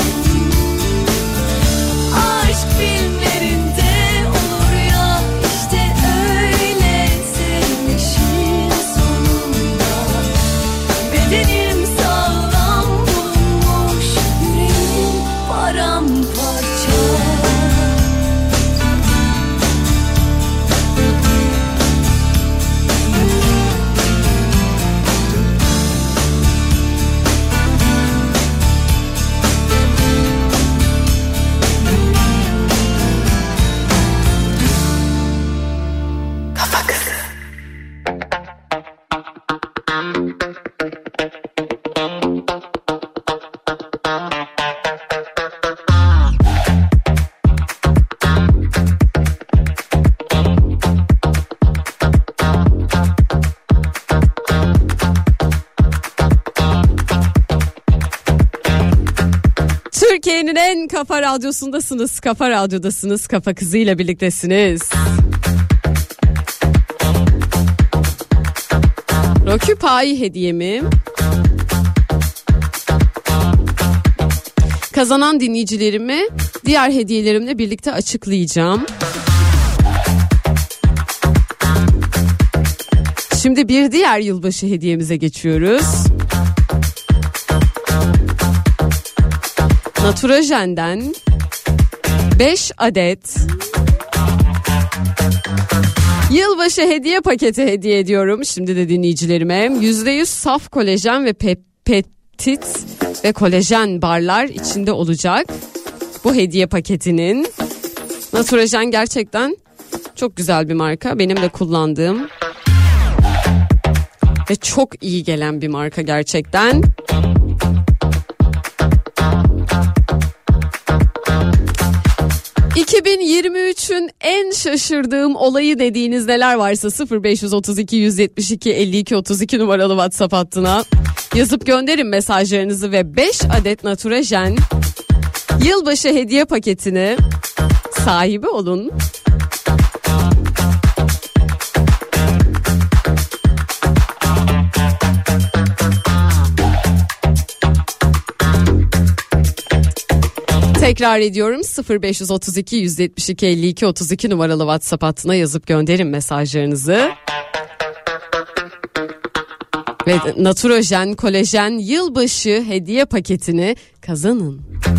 Aşk filmlerinde olur ya, işte öyle sevmişim sonunda. Bedenim sağlam bulunmuş, yüreğim paramparça. Kafa Kızı. Türkiye'nin en kafa radyosundasınız. Kafa Radyo'dasınız. Kafa Kızı ile birliktesiniz. Rockupy hediyemi kazanan dinleyicilerimi diğer hediyelerimle birlikte açıklayacağım. Şimdi bir diğer yılbaşı hediyemize geçiyoruz. Naturajen'den 5 adet yılbaşı hediye paketi hediye ediyorum şimdi de dinleyicilerime. %100 saf kolajen ve peptit ve kolajen barlar içinde olacak bu hediye paketinin. Naturajen gerçekten çok güzel bir marka. Benim de kullandığım ve çok iyi gelen bir marka gerçekten. ...2023'ün en şaşırdığım olayı dediğiniz neler varsa 0532 172 52 32 numaralı WhatsApp hattına yazıp gönderin mesajlarınızı ve 5 adet Naturajen yılbaşı hediye paketini sahibi olun. Tekrar ediyorum, 0532 172 52 32 numaralı WhatsApp hattına yazıp gönderin mesajlarınızı. Ve Naturojen Kolajen yılbaşı hediye paketini kazanın.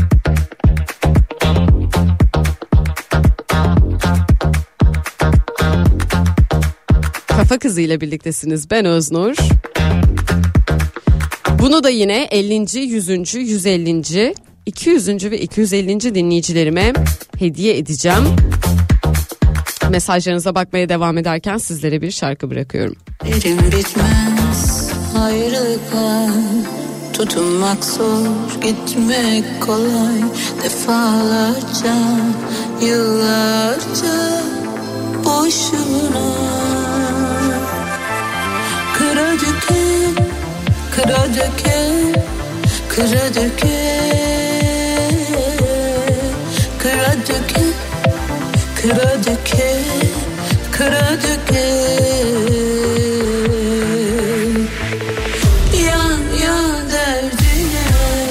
Kafa Kızı ile birliktesiniz. Ben Öznur. Bunu da yine 50. 100. 150. 200. ve 250. dinleyicilerime hediye edeceğim. Mesajlarınıza bakmaya devam ederken sizlere bir şarkı bırakıyorum. Erim bitmez ayrılıklar, tutunmak zor, gitmek kolay, defalarca, yıllarca boşuna. Kıra döken, kıra döken, kıra döken, kıra döken, kıra döken, kıra döken. Yan yan derdine,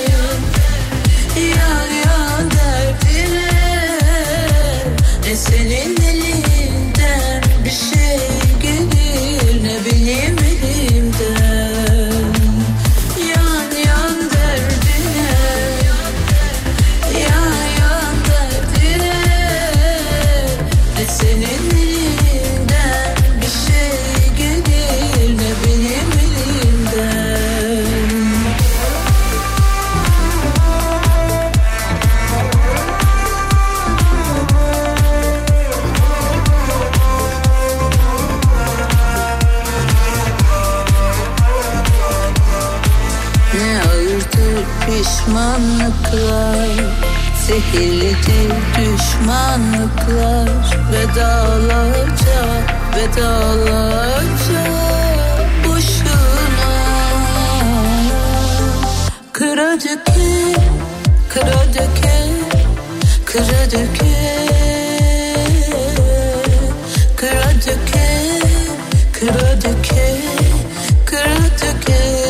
yan yan derdine, ne senin elinden bir şey gelir, ne benim elimden. Yan yan derdine, yan yan derdine, ne senin elinden bir şey gelir, ne benim elimden. Ne ağırdır pişmanlıklar, zehirlidir düşmanlıklar, vedalarca, vedalarca boşuna. Kıra döken, kıra döken, kıra döken, kıra döken, kıra döken, kıra döken.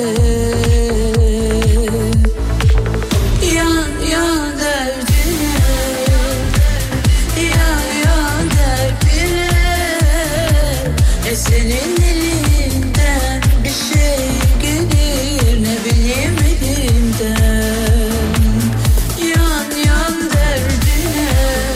Yan yan derdine, yan yan derdine, ne senin elinden bir şey gelir, ne benim elimden. Yan yan derdine,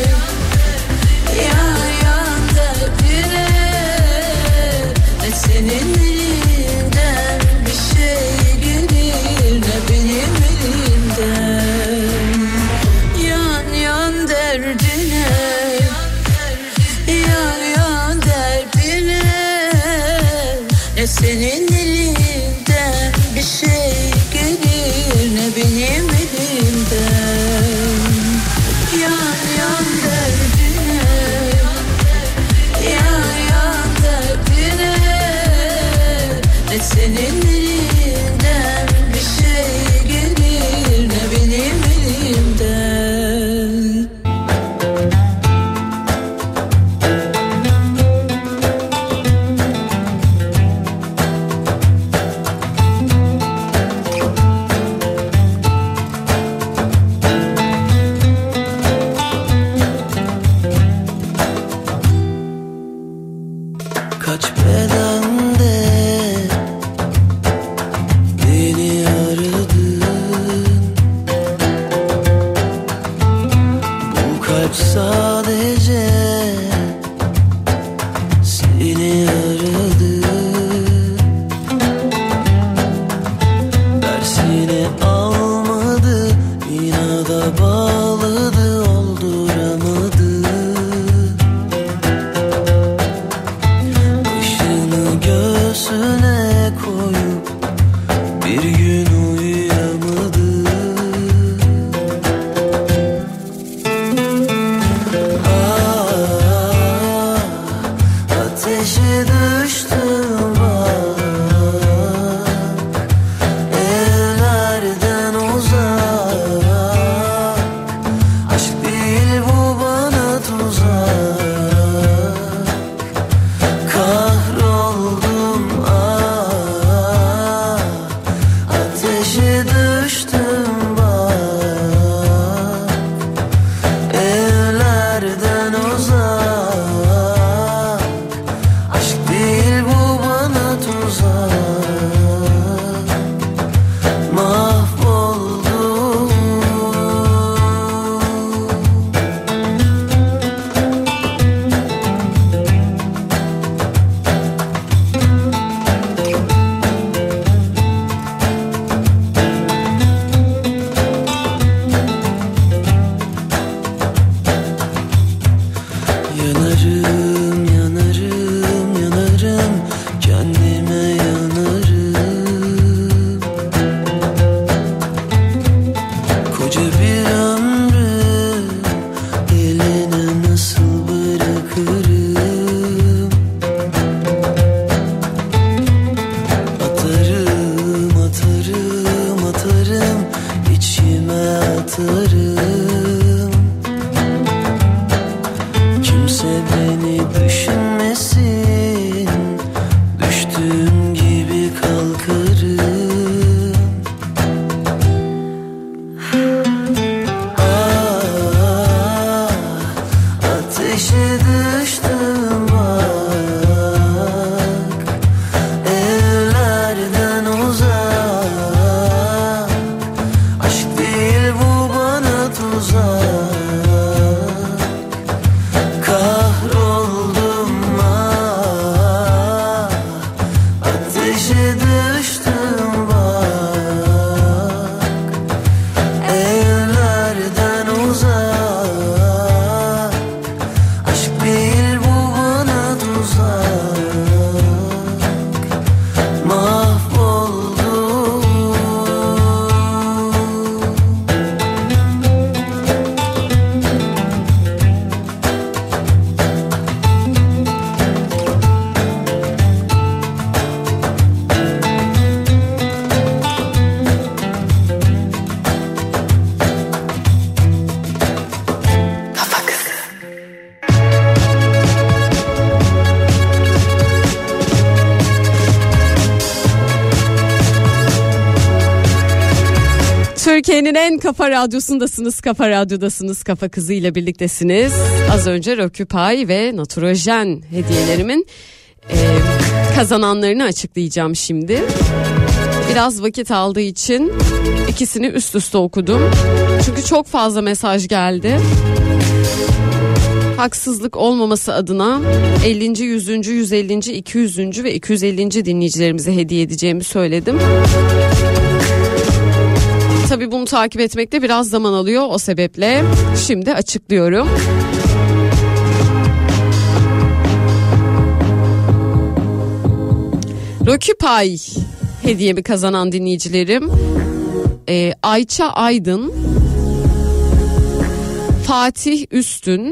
yan yan derdine, ne senin elinden bir şey gelir, ne benim elimden. Yan yan derdine, yan yan derdine, ne senin elinden bir şey gelir, ne benim elimden. Yan yan derdine, yan yan derdine, ne senin elinden bir şey gelir, ne benim elimden. Kaç bedende beni aradın, bu kalp sadece seni aradı. Dersini almadı, inada bağladı, olduramadı. Başını göğsüne koyup bir gün uyuyamadı. Ateşe düştüm bak, ellerden uzak. Türkiye'nin en kafa radyosundasınız, kafa radyodasınız, kafa kızıyla birliktesiniz. Az önce Röküpay ve Naturojel hediyelerimin kazananlarını açıklayacağım şimdi. Biraz vakit aldığı için ikisini üst üste okudum. Çünkü çok fazla mesaj geldi. Haksızlık olmaması adına 50. 100. 150. 200. ve 250. dinleyicilerimize hediye edeceğimi söyledim. Tabii bunu takip etmekte biraz zaman alıyor, o sebeple şimdi açıklıyorum. Röküpay hediyemi kazanan dinleyicilerim Ayça Aydın, Fatih Üstün,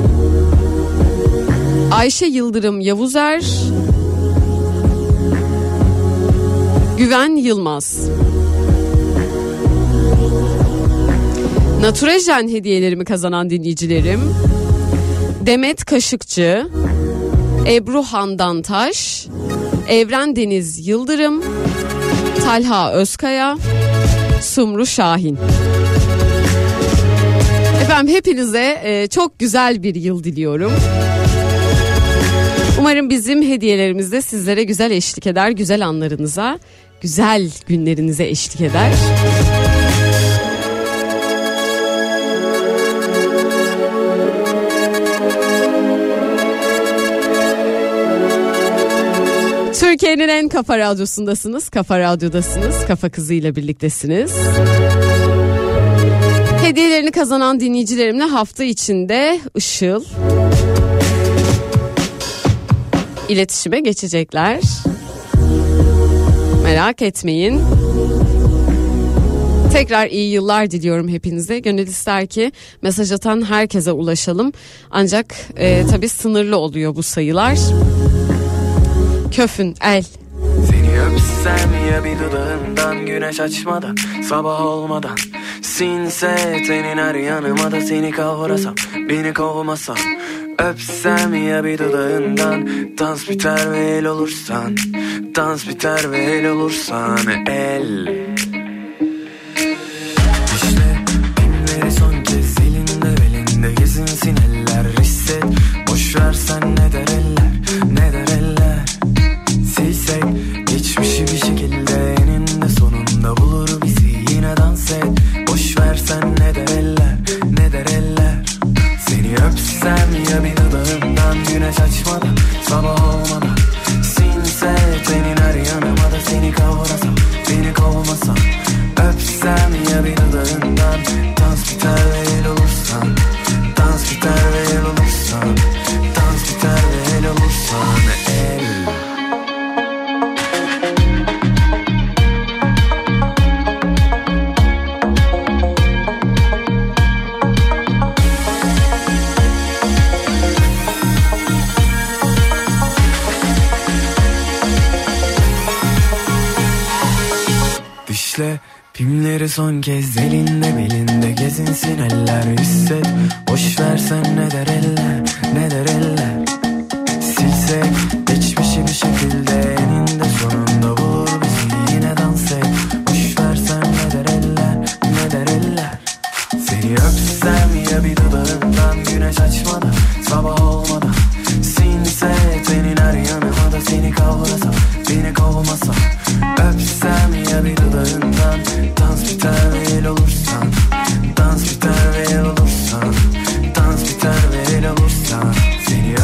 Ayşe Yıldırım Yavuzer, Güven Yılmaz. Naturejel hediyelerimi kazanan dinleyicilerim Demet Kaşıkçı, Ebru Handan Taş, Evren Deniz Yıldırım, Talha Özkaya, Sumru Şahin. Efendim hepinize çok güzel bir yıl diliyorum. Umarım bizim hediyelerimiz de sizlere güzel eşlik eder, güzel anlarınıza, güzel günlerinize eşlik eder. Türkiye'nin en kafa radyosundasınız, kafa radyodasınız, kafa kızıyla birliktesiniz. Hediyelerini kazanan dinleyicilerimle hafta içinde Işıl iletişime geçecekler. Merak etmeyin. Tekrar iyi yıllar diliyorum hepinize. Gönül ister ki mesaj atan herkese ulaşalım. Ancak tabii sınırlı oluyor bu sayılar. Köfün el. Seni öpsem ya bir dudağından, güneş açmadan, sabah olmadan, sinse tenin her yanıma da seni kavrasam, beni kovmasam. Öpsem ya bir dudağından, dans biter ve el olursan, dans biter ve el olursan el. İşte kimleri son kez elinde belinde gezinsin eller, hisset boş versen ne der eller, ne der eller. Silsek geçmişi bir şekilde eninde sonunda bulur bizi, yine dans et boş versen ne der eller, ne der eller. Seni öpsem ya bir dudağından, güneş açmadan, sabah olmadan, sinse tenin her yanıma da seni kavrasam, beni kovmasam. Öpsem ya bir dudağından, dans biter ve el olursan, dans biter ve el olursan, dans biter ve el olursan el. Düşle pimleri son kez elinde belinde gezinsin eller, hisset boş versen ne der eller, ne der eller. Silsek geçmişi bir şekilde eninde sonunda bulur bizi, yine dans et boş versen ne der eller, ne der eller. Seni öpsem ya bir dudağından, güneş açmadan, sabah olmadan, sinse tenin her yanıma da seni kavrasam, beni kovmasam. Öpsem ya bir dudağından, dans biter ve el olursan, dans biter ve el olursan, dans biter ve el olursan. Seni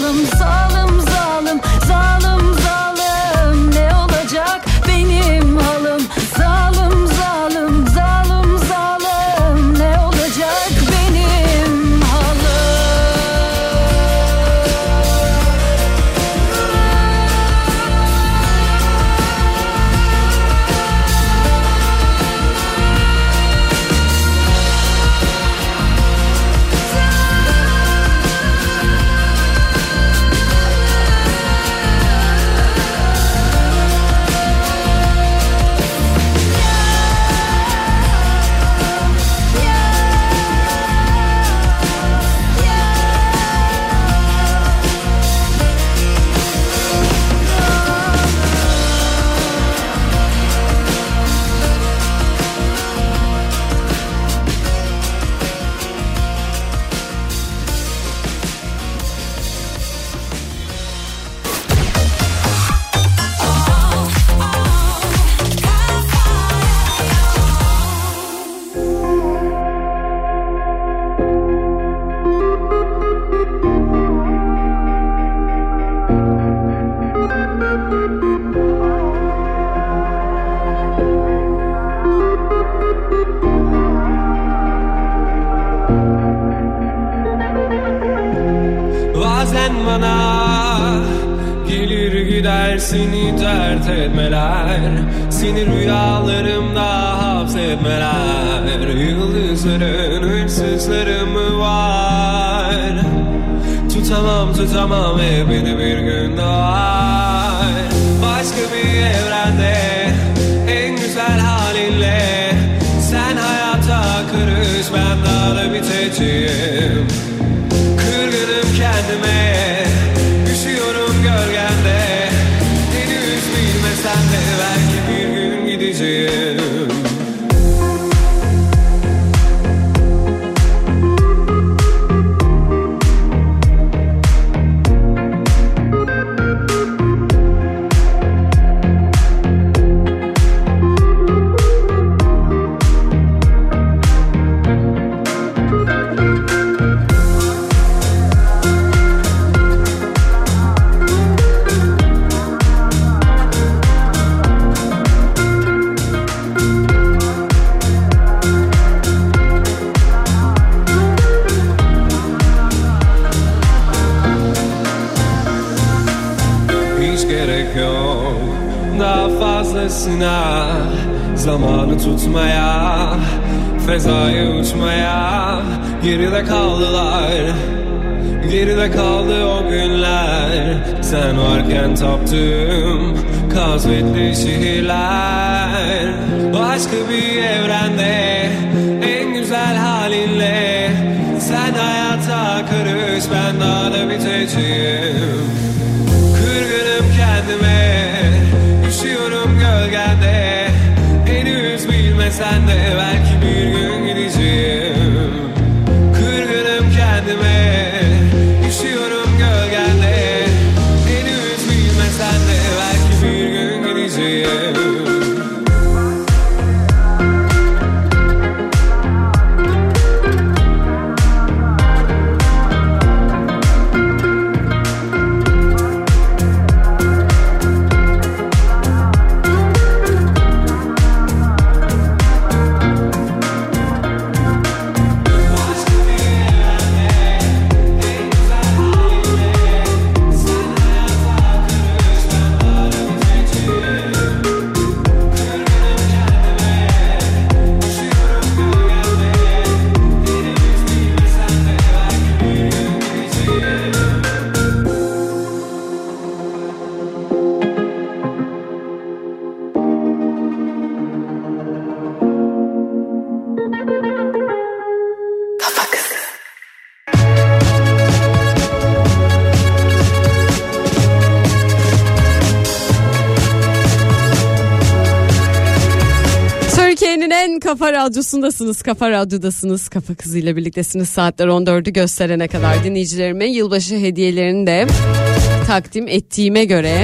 zalim zalim zalim zalim zalim ne olacak benim halim zalim zalim zalim zalim ne olacak benim halim. Bazen bana gelir gider seni dert etmeler, seni rüyalarımda hapsetmeler. Yıldızların hırsızları mı var? Tutamam beni bir gün doğar. Başka bir evrende en güzel halinle sen hayata karış, ben daha biteceğim. Kırgınım kendime, üşüyorum gölgende. Henüz bilmesen de belki bir gün gideceğim. Zamanı tutmaya, fezaya uçmaya. Geride kaldılar, geride kaldı o günler. Sen varken taptığım kasvetli şehirler. Başka bir evrende en güzel halinle sen hayata karış, ben daha da biteceğim. Kırgınım kendime, üşüyorum gölgende. Henüz bilmesen de belki bir gün gideceğim. Kırgınım kendime, üşüyorum gölgende. Henüz bilmesen de belki bir gün gideceğim. Kafa Radyosu'ndasınız, Kafa Radyo'dasınız, Kafa Kızı ile birliktesiniz. Saatler 14'ü gösterene kadar dinleyicilerime yılbaşı hediyelerini de takdim ettiğime göre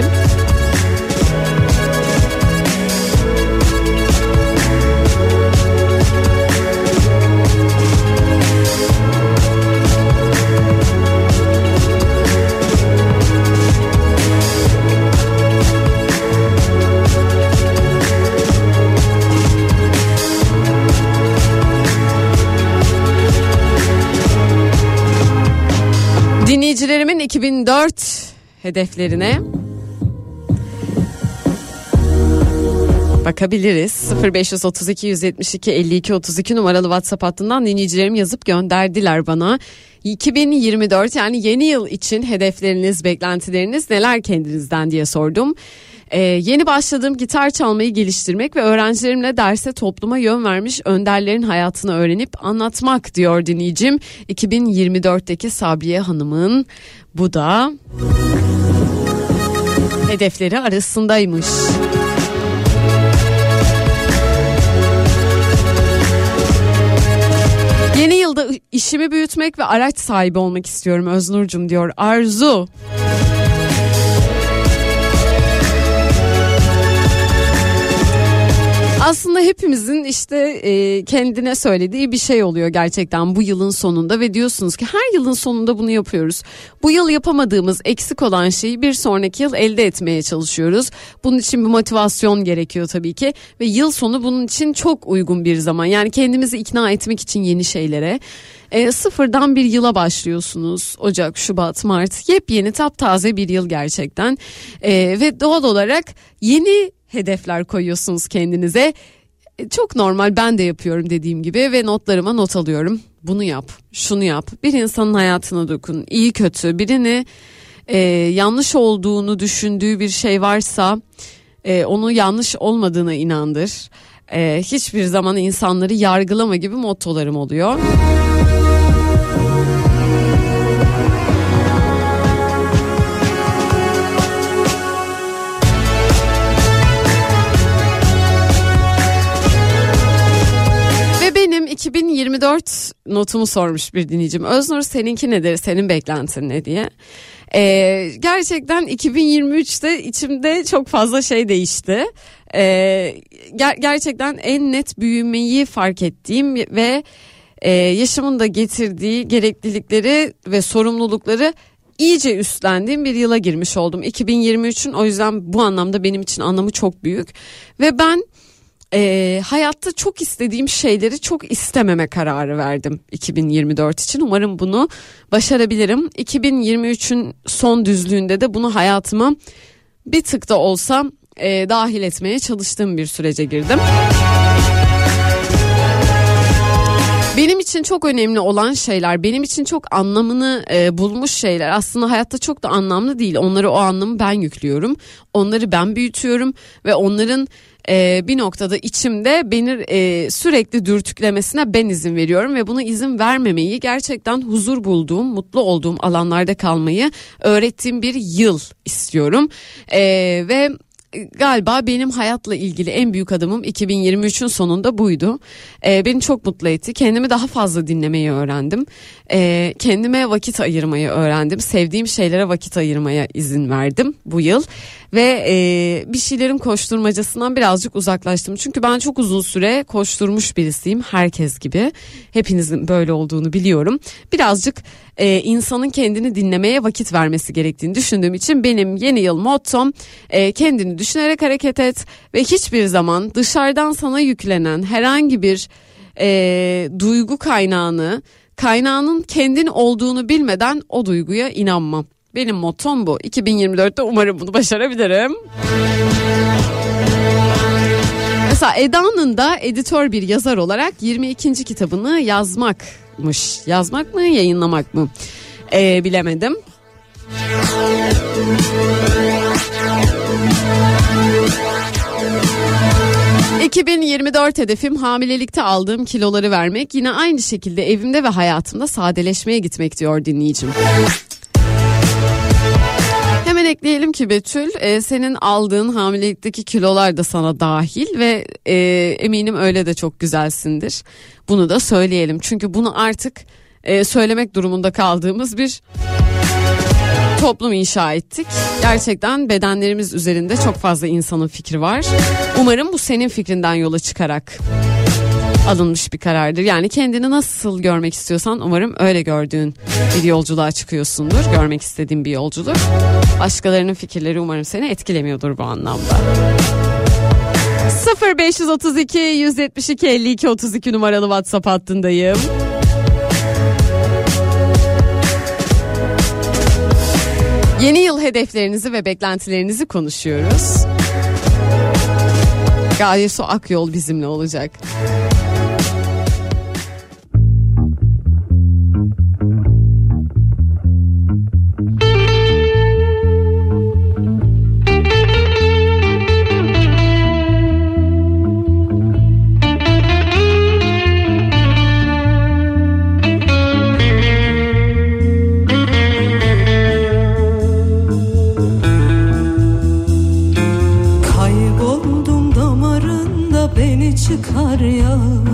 Dinleyicilerimin 2004 hedeflerine bakabiliriz. 0532 172 52 32 numaralı WhatsApp hattından dinleyicilerim yazıp gönderdiler bana. 2024 yani yeni yıl için hedefleriniz, beklentileriniz neler kendinizden diye sordum. Yeni başladığım gitar çalmayı geliştirmek ve öğrencilerimle derse topluma yön vermiş önderlerin hayatını öğrenip anlatmak diyor dinleyicim. 2024'teki Sabriye Hanım'ın bu da hedefleri arasındaymış. Yeni yılda işimi büyütmek ve araç sahibi olmak istiyorum Öznur'cum diyor Arzu. Aslında hepimizin işte kendine söylediği bir şey oluyor gerçekten bu yılın sonunda ve diyorsunuz ki her yılın sonunda bunu yapıyoruz. Bu yıl yapamadığımız, eksik olan şeyi bir sonraki yıl elde etmeye çalışıyoruz. Bunun için bir motivasyon gerekiyor tabii ki ve yıl sonu bunun için çok uygun bir zaman. Yani kendimizi ikna etmek için yeni şeylere. Sıfırdan bir yıla başlıyorsunuz. Ocak, Şubat, Mart yepyeni taptaze bir yıl gerçekten. Ve doğal olarak yeni hedefler koyuyorsunuz kendinize. Çok normal, ben de yapıyorum dediğim gibi ve notlarıma not alıyorum. Bunu yap, şunu yap. Bir insanın hayatına dokun. İyi kötü birini yanlış olduğunu düşündüğü bir şey varsa onu yanlış olmadığına inandır. Hiçbir zaman insanları yargılama gibi mottolarım oluyor. Benim 2024 notumu sormuş bir dinleyicim. Öznur seninki nedir? Senin beklentin ne diye. Gerçekten 2023'te içimde çok fazla şey değişti. Gerçekten en net büyümeyi fark ettiğim ve yaşamın da getirdiği gereklilikleri ve sorumlulukları iyice üstlendiğim bir yıla girmiş oldum. 2023'ün o yüzden bu anlamda benim için anlamı çok büyük. Ve ben hayatta çok istediğim şeyleri çok istememe kararı verdim 2024 için. Umarım bunu başarabilirim. 2023'ün son düzlüğünde de bunu hayatıma bir tık da olsa dahil etmeye çalıştığım bir sürece girdim. Benim için çok önemli olan şeyler, benim için çok anlamını bulmuş şeyler aslında hayatta çok da anlamlı değil. Onlara o anlamı ben yüklüyorum. Onları ben büyütüyorum ve onların bir noktada içimde beni sürekli dürtüklemesine ben izin veriyorum. Ve buna izin vermemeyi, gerçekten huzur bulduğum, mutlu olduğum alanlarda kalmayı öğrettiğim bir yıl istiyorum. Ve galiba benim hayatla ilgili en büyük adımım 2023'ün sonunda buydu. Beni çok mutlu etti. Kendimi daha fazla dinlemeyi öğrendim. Kendime vakit ayırmayı öğrendim. Sevdiğim şeylere vakit ayırmaya izin verdim bu yıl. Ve bir şeylerin koşturmacasından birazcık uzaklaştım. Çünkü ben çok uzun süre koşturmuş birisiyim. Herkes gibi. Hepinizin böyle olduğunu biliyorum. Birazcık insanın kendini dinlemeye vakit vermesi gerektiğini düşündüğüm için benim yeni yıl mottom kendini düşünerek hareket et. Ve hiçbir zaman dışarıdan sana yüklenen herhangi bir duygu kaynağının kendin olduğunu bilmeden o duyguya inanma. Benim mottom bu. 2024'te umarım bunu başarabilirim. Mesela Eda'nın da editör bir yazar olarak 22. kitabını yazmakmış. Yazmak mı, yayınlamak mı? Bilemedim. ...2024 hedefim hamilelikte aldığım kiloları vermek. Yine aynı şekilde evimde ve hayatımda sadeleşmeye gitmek diyor dinleyicim. Hemen ekleyelim ki Betül, senin aldığın hamilelikteki kilolar da sana dahil ve eminim öyle de çok güzelsindir. Bunu da söyleyelim çünkü bunu artık söylemek durumunda kaldığımız bir toplum inşa ettik. Gerçekten bedenlerimiz üzerinde çok fazla insanın fikri var. Umarım bu senin fikrinden yola çıkarak alınmış bir karardır. Yani kendini nasıl görmek istiyorsan umarım öyle gördüğün bir yolculuğa çıkıyorsundur. Görmek istediğin bir yolculuk. Başkalarının fikirleri umarım seni etkilemiyordur bu anlamda. 0532 172 52 32 numaralı WhatsApp hattındayım. Yeni yıl hedeflerinizi ve beklentilerinizi konuşuyoruz. Gaye Su Akyol bizimle olacak. Çıkar ya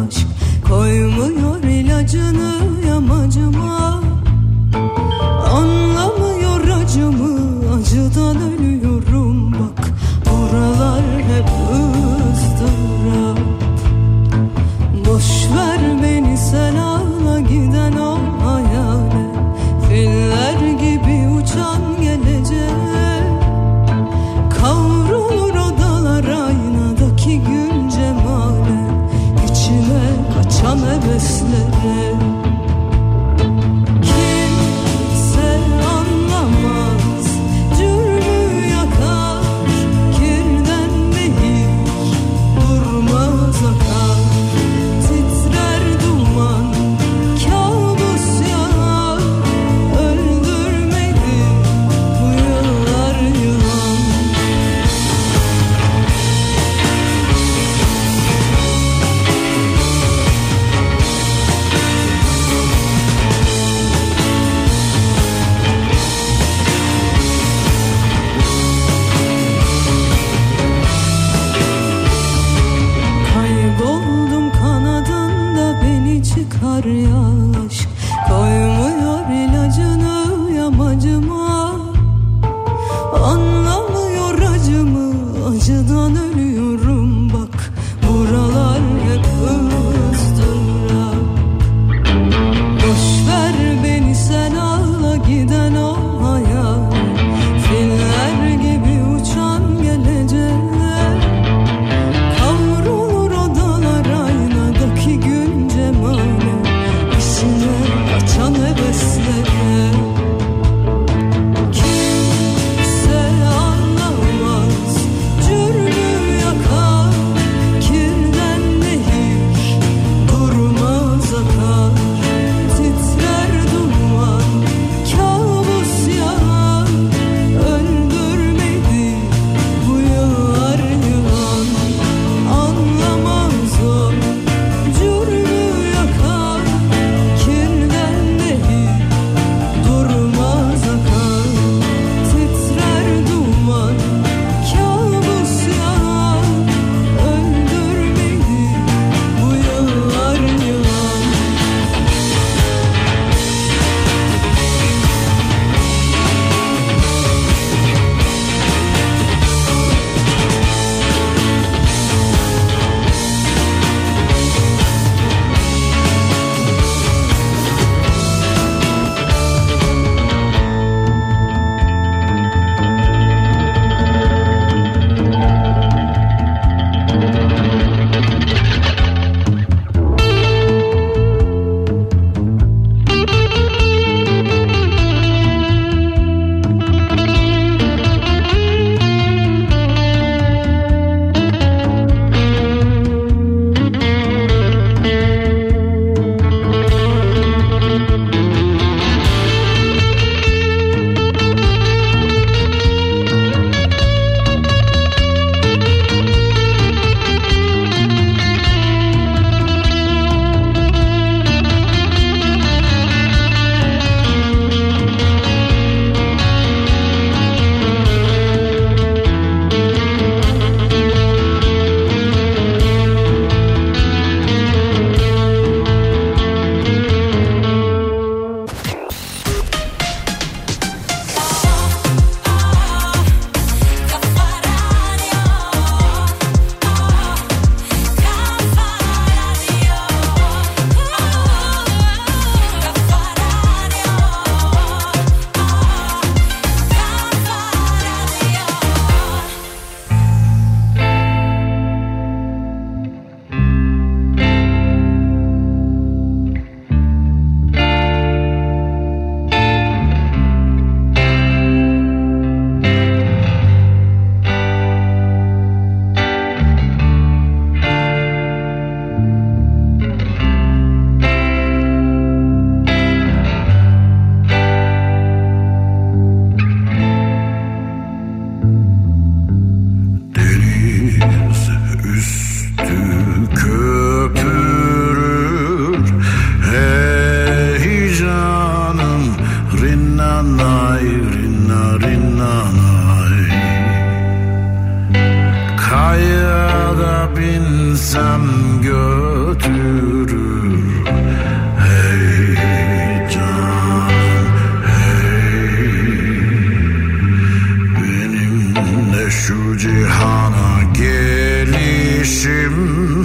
cihana gelişim.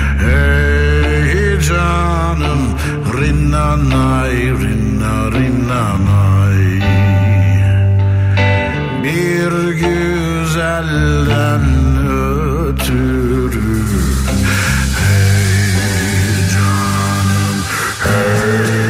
Ey canım rinnanay rinna rinnanay. Bir güzelden ötürü. Ey canım hey.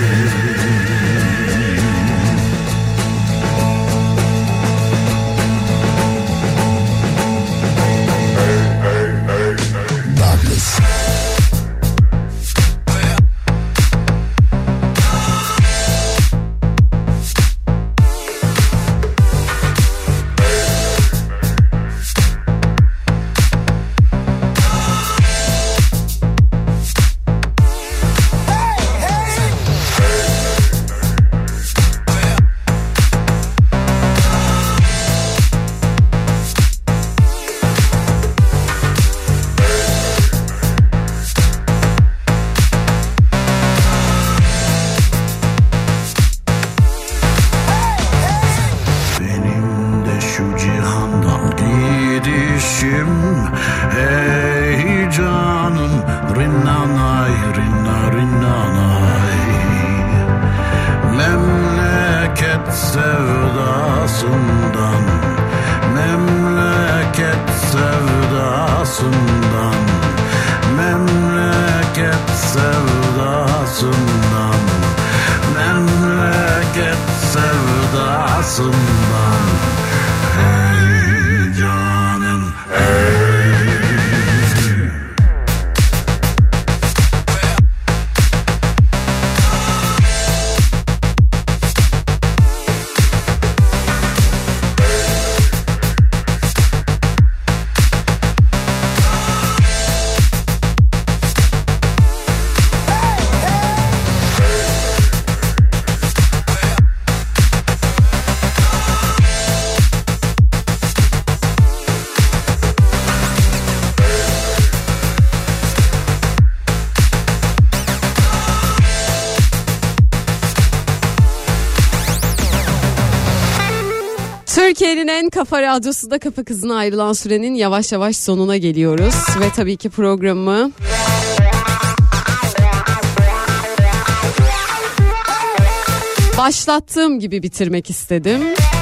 Türkiye'nin en kafa radyosunda Kafa Kızı'na ayrılan sürenin yavaş yavaş sonuna geliyoruz. Ve tabii ki programı başlattığım gibi bitirmek istedim.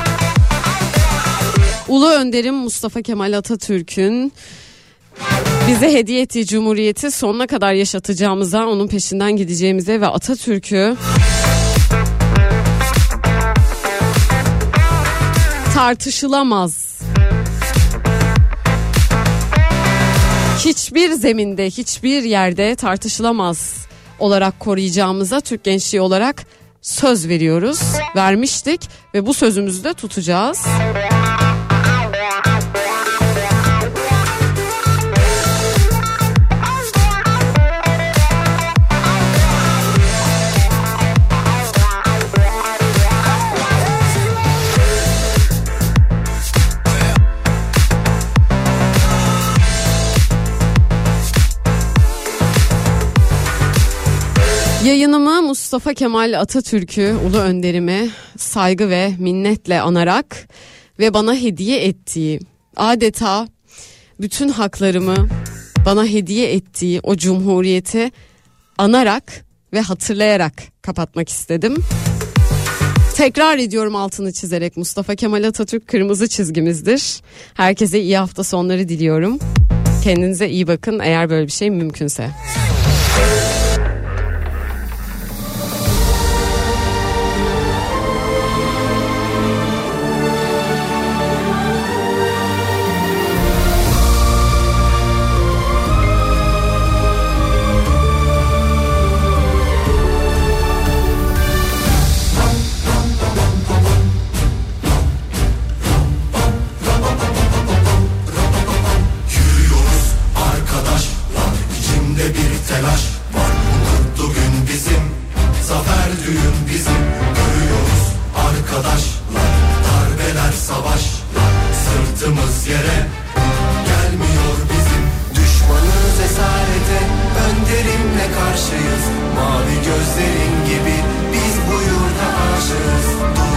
Ulu önderim Mustafa Kemal Atatürk'ün bize hediye ettiği Cumhuriyeti sonuna kadar yaşatacağımıza, onun peşinden gideceğimize ve Atatürk'ü tartışılamaz, hiçbir zeminde, hiçbir yerde tartışılamaz olarak koruyacağımıza Türk gençliği olarak söz veriyoruz. Vermiştik ve bu sözümüzü de tutacağız. Yayınımı Mustafa Kemal Atatürk'ü, ulu önderime saygı ve minnetle anarak ve bana hediye ettiği, adeta bütün haklarımı bana hediye ettiği o cumhuriyeti anarak ve hatırlayarak kapatmak istedim. Tekrar ediyorum altını çizerek, Mustafa Kemal Atatürk kırmızı çizgimizdir. Herkese iyi hafta sonları diliyorum. Kendinize iyi bakın eğer böyle bir şey mümkünse. Karşıyız mavi gözlerin gibi biz bu yurda aşığız.